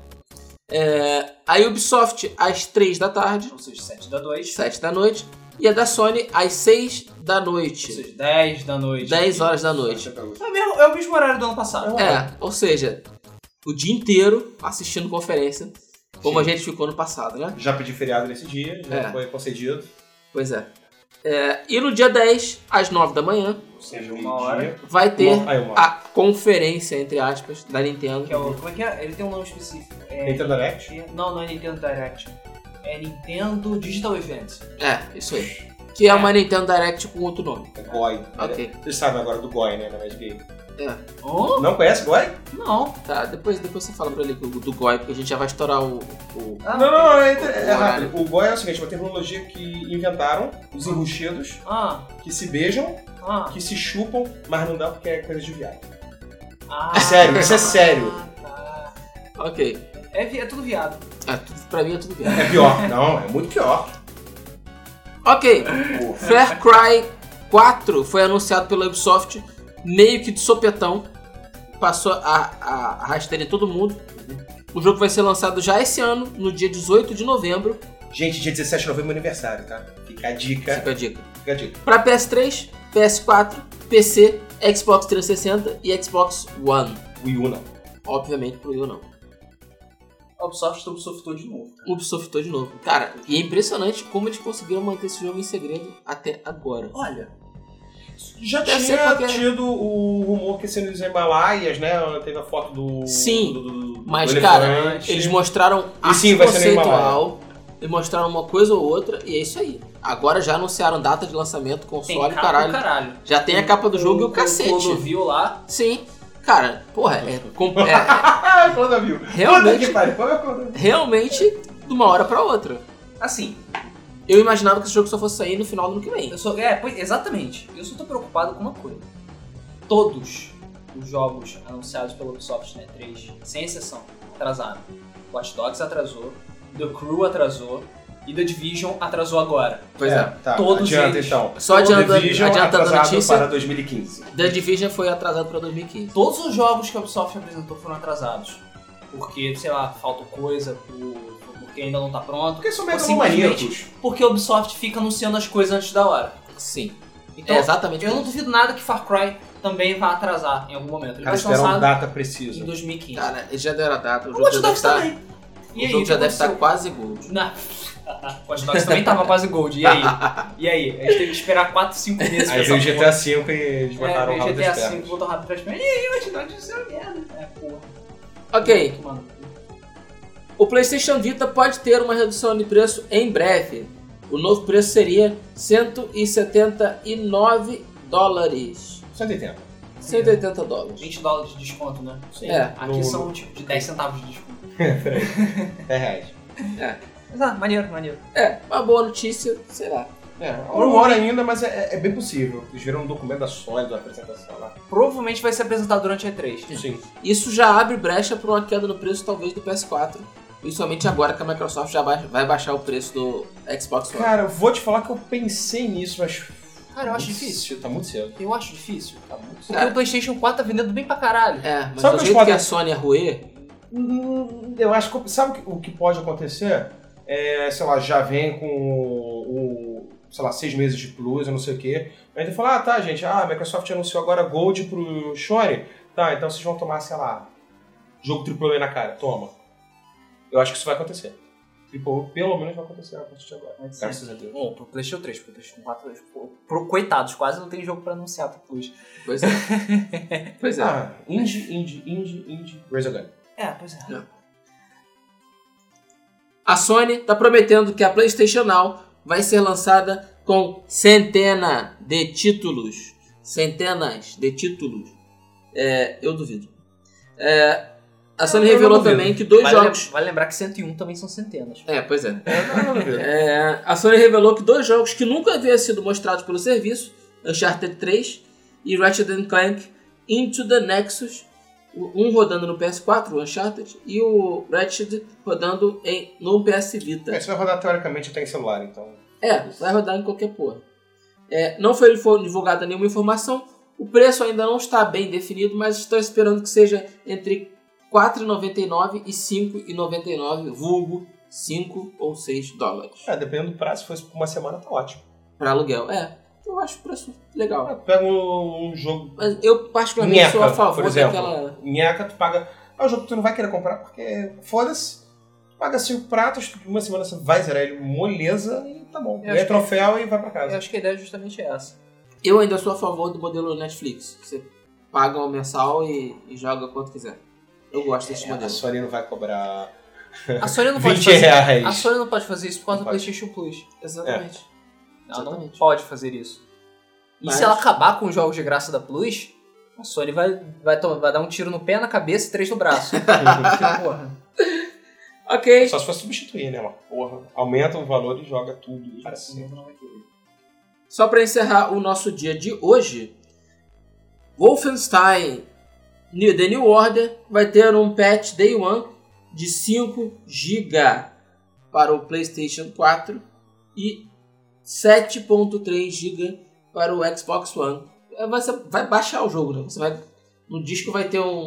A Ubisoft às 3 da tarde. Ou seja, 7 da noite. 7 da noite. E a da Sony às 6 da noite. Ou seja, 10 da noite. 10 horas da noite. É o mesmo horário do ano passado. Ou seja, o dia inteiro assistindo conferência, como a gente ficou no passado, né? Já pedi feriado nesse dia, já foi concedido. Pois é. E no dia 10, às 9 da manhã, ou seja, 1 hora, vai ter a conferência, entre aspas, da Nintendo. Que é como é que é? Ele tem um nome específico. Nintendo Direct? Não é Nintendo Direct. É Nintendo Digital Events. Isso aí. Que é uma Nintendo Direct com outro nome. É GOI. Ok. Vocês sabem agora do GOI, né? Na Mad Game. Oh? Não conhece GOI? Não. Tá, depois você fala pra ele do GOI, porque a gente já vai estourar o... Não, é rápido. O GOI é o seguinte, uma tecnologia que inventaram os enrustidos, que se beijam, que se chupam, mas não dá porque é coisa de viado. Sério, isso é sério. Ok. É tudo viado. Pra mim é tudo viado. É pior. Não, é muito pior. Ok. Far Cry 4 foi anunciado pela Ubisoft meio que de sopetão. Passou a rasteira em todo mundo. O jogo vai ser lançado já esse ano, no dia 18 de novembro. Gente, dia 17 de novembro é meu aniversário, tá? Fica a dica. Pra PS3, PS4, PC, Xbox 360 e Xbox One. Wii U não. Obviamente pro Wii U não. A Ubisoft softou de novo. Softou de novo. Cara, e é impressionante como eles conseguiram manter esse jogo em segredo até agora. Olha, já tinha tido o rumor que sendo nos Himalaias, né? Teve a foto do... Sim, mas do cara, eles mostraram arte conceitual, eles mostraram uma coisa ou outra e é isso aí. Agora já anunciaram data de lançamento, console, caralho. Já tem a capa do jogo e o cacete. Quando viu lá. Sim. Cara, porra, realmente de uma hora pra outra. Assim, eu imaginava que esse jogo só fosse sair no final do ano que vem. Exatamente. Eu só tô preocupado com uma coisa. Todos os jogos anunciados pela Ubisoft na E3, sem exceção, atrasaram. Watch Dogs atrasou, The Crew atrasou e The Division atrasou agora. Pois é. Tá, todos adianta eles. então. Só adiantando a notícia, para 2015. The Division foi atrasado para 2015. Todos os jogos que a Ubisoft apresentou foram atrasados. Porque, sei lá, falta coisa, porque ainda não tá pronto. Porque são megalomaníacos. Porque a Ubisoft fica anunciando as coisas antes da hora. Sim. Então, exatamente. Eu não duvido nada que Far Cry também vai atrasar em algum momento. Ele vai ser lançado data precisa. Em 2015. Cara, eles já deram a data. O Watch Dogs também. O jogo já deve estar quase gold. Não. Watch Dogs também tava quase gold. E aí? A gente teve que esperar 4, 5 meses. Aí veio o GTA V e eles botaram o rabo das pernas. GTA V botou o rabo das pernas. E aí, Watch Dogs isso é uma merda. Porra. Ok. O PlayStation Vita pode ter uma redução de preço em breve. O novo preço seria $179. 180. $180. $20 de desconto, né? Sim. Aqui são tipo de 10 centavos de desconto. R$10. Mas maneiro. Uma boa notícia, sei lá. Não hora ainda, mas é bem possível. Eles viram um documento da Sony da apresentação lá. Provavelmente vai ser apresentado durante a E3. Sim. Isso já abre brecha para uma queda no preço, talvez, do PS4. Principalmente agora que a Microsoft já vai baixar o preço do Xbox One. Cara, eu vou te falar que eu pensei nisso, mas... Cara, eu acho difícil. Tá muito cedo. Eu acho difícil. Porque o PlayStation 4 tá vendendo bem pra caralho. Mas sabe o jeito que a Sony ia roer... Eu acho que... Sabe o que pode acontecer? Sei lá, já vem com sei lá, 6 meses de plus, eu não sei o quê. Aí ele falou, tá, gente, a Microsoft anunciou agora Gold pro Sony. Tá, então vocês vão tomar, sei lá, jogo AAA na cara. Toma. Eu acho que isso vai acontecer. Pelo menos vai acontecer a partir de agora. Graças a Deus. Pro PlayStation 3, pro PlayStation 4, coitados, quase não tem jogo pra anunciar pro Plus. Pois é. Pois é. Indie, Resogun. Pois é. Não. A Sony tá prometendo que a PlayStation Now vai ser lançada com centenas de títulos. Eu duvido. A Sony revelou também que dois jogos... Vale lembrar que 101 também são centenas. Pois é. A Sony revelou que 2 jogos que nunca haviam sido mostrados pelo serviço, Uncharted 3 e Ratchet & Clank Into the Nexus, um rodando no PS4, o Uncharted, e o Ratchet rodando no PS Vita. Isso vai rodar teoricamente até em celular, então... vai rodar em qualquer porra. Não foi divulgada nenhuma informação, o preço ainda não está bem definido, mas estou esperando que seja entre $4,99 e $5,99, vulgo $5 ou $6. Dependendo do prazo, se fosse por uma semana, tá ótimo. Para aluguel, eu acho o preço legal. Pega um jogo... Mas eu particularmente sou a favor daquela... Nheca, tu paga... É um jogo que tu não vai querer comprar, porque foda-se. Tu paga 5 pratos, uma semana você vai zerar ele moleza e tá bom. Ganha troféu e vai pra casa. Eu acho que a ideia é justamente essa. Eu ainda sou a favor do modelo Netflix. Você paga um mensal e joga quanto quiser. Eu gosto desse modelo. A Sony não vai cobrar... A Sony não pode R$20. A Sony não pode fazer isso por causa do PlayStation Plus. Exatamente. Ela não pode fazer isso. Mas... E se ela acabar com os jogos de graça da Plus, a Sony vai dar um tiro no pé, na cabeça e 3 no braço. Porra. Ok. Só se for substituir, né? Uma porra. Aumenta o valor e joga tudo. Só para encerrar o nosso dia de hoje, Wolfenstein The New Order vai ter um patch Day 1 de 5 GB para o PlayStation 4 e 7.3 GB para o Xbox One. Você vai baixar o jogo, né? Você vai, no disco vai ter um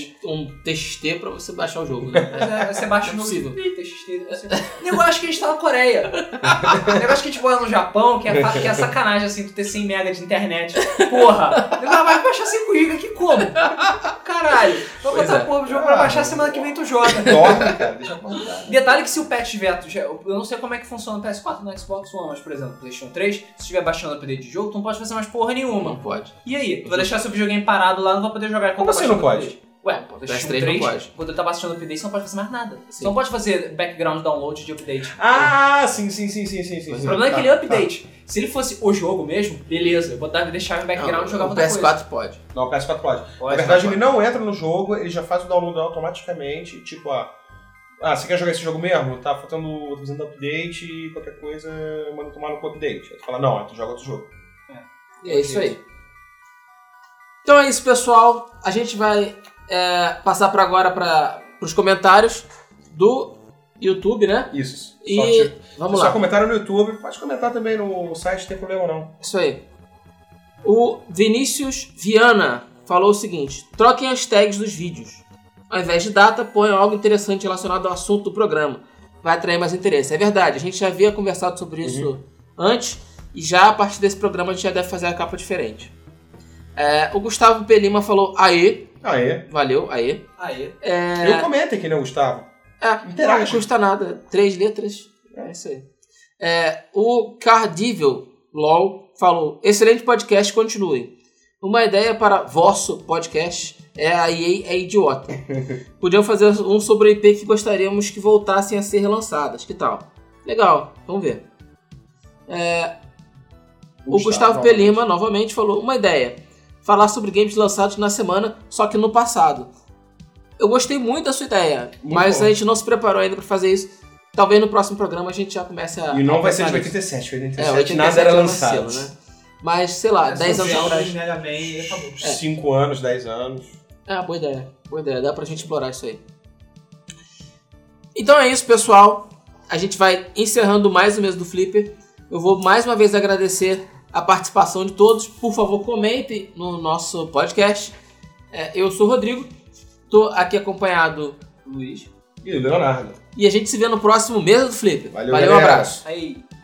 TXT para você baixar o jogo. Né? Você baixa o jogo TXT. Negócio que a gente tá na Coreia. Negócio que a gente mora no Japão, que é sacanagem assim, tu ter 100 MB de internet. Porra! Vai baixar 5 GB aqui como? Caralho! Vou botar porra do jogo pra baixar, semana que vem tu joga. Dorme, cara. Deixa eu contar. Detalhe que se o patch tiver... Eu não sei como é que funciona o PS4 no Xbox One, mas, por exemplo, no PlayStation 3, se estiver baixando o update de jogo, tu não pode fazer mais porra nenhuma. Não pode. E aí? Tu vai deixar seu videogame parado lá, não vai poder jogar como você não pode? Ué, o PlayStation 3 não pode. Quando ele tá baixando o update, você não pode fazer mais nada. Você não pode fazer background download de update. Sim. O problema é que ele é update. Se ele fosse o jogo mesmo, beleza, eu botava e deixava em background e jogava outra coisa. O PS4 pode. Não, o PS4 pode. Na verdade, ele não entra no jogo, ele já faz o download automaticamente, tipo, você quer jogar esse jogo mesmo? Tá fazendo update e qualquer coisa, manda tomar no update. Aí tu fala, não, tu joga outro jogo. É isso aí. Então é isso, pessoal. A gente vai passar agora para os comentários do YouTube, né? Isso. E vamos lá. Só comentário no YouTube, pode comentar também no site, não tem problema não. Isso aí. O Vinícius Viana falou o seguinte: troquem as tags dos vídeos. Ao invés de data, ponham algo interessante relacionado ao assunto do programa. Vai atrair mais interesse. É verdade, a gente já havia conversado sobre isso antes, e já a partir desse programa a gente já deve fazer a capa diferente. O Gustavo P. Lima falou aê. Valeu, aê. Eu comentem aqui, né, Gustavo? Não custa nada. 3 letras. É isso aí. O Cardível LOL falou: excelente podcast, continue. Uma ideia para vosso podcast a EA é idiota. Podiam fazer um sobre IP que gostaríamos que voltassem a ser relançadas. Que tal? Legal, vamos ver. O Gustavo P. Lima novamente falou: uma ideia. Falar sobre games lançados na semana, só que no passado. Eu gostei muito da sua ideia, mas a gente não se preparou ainda para fazer isso. Talvez no próximo programa a gente já comece a... E não vai ser de 87, 87 nada era lançado. Né? Mas, sei lá, 10 anos atrás... 5 anos, 10 anos... Boa ideia, dá pra gente explorar isso aí. Então é isso, pessoal. A gente vai encerrando mais um mês do Flipper. Eu vou mais uma vez agradecer a participação de todos. Por favor, comentem no nosso podcast. Eu sou o Rodrigo, estou aqui acompanhado do Luiz e do Leonardo. E a gente se vê no próximo mês do Flipper. Valeu, um abraço. Aí.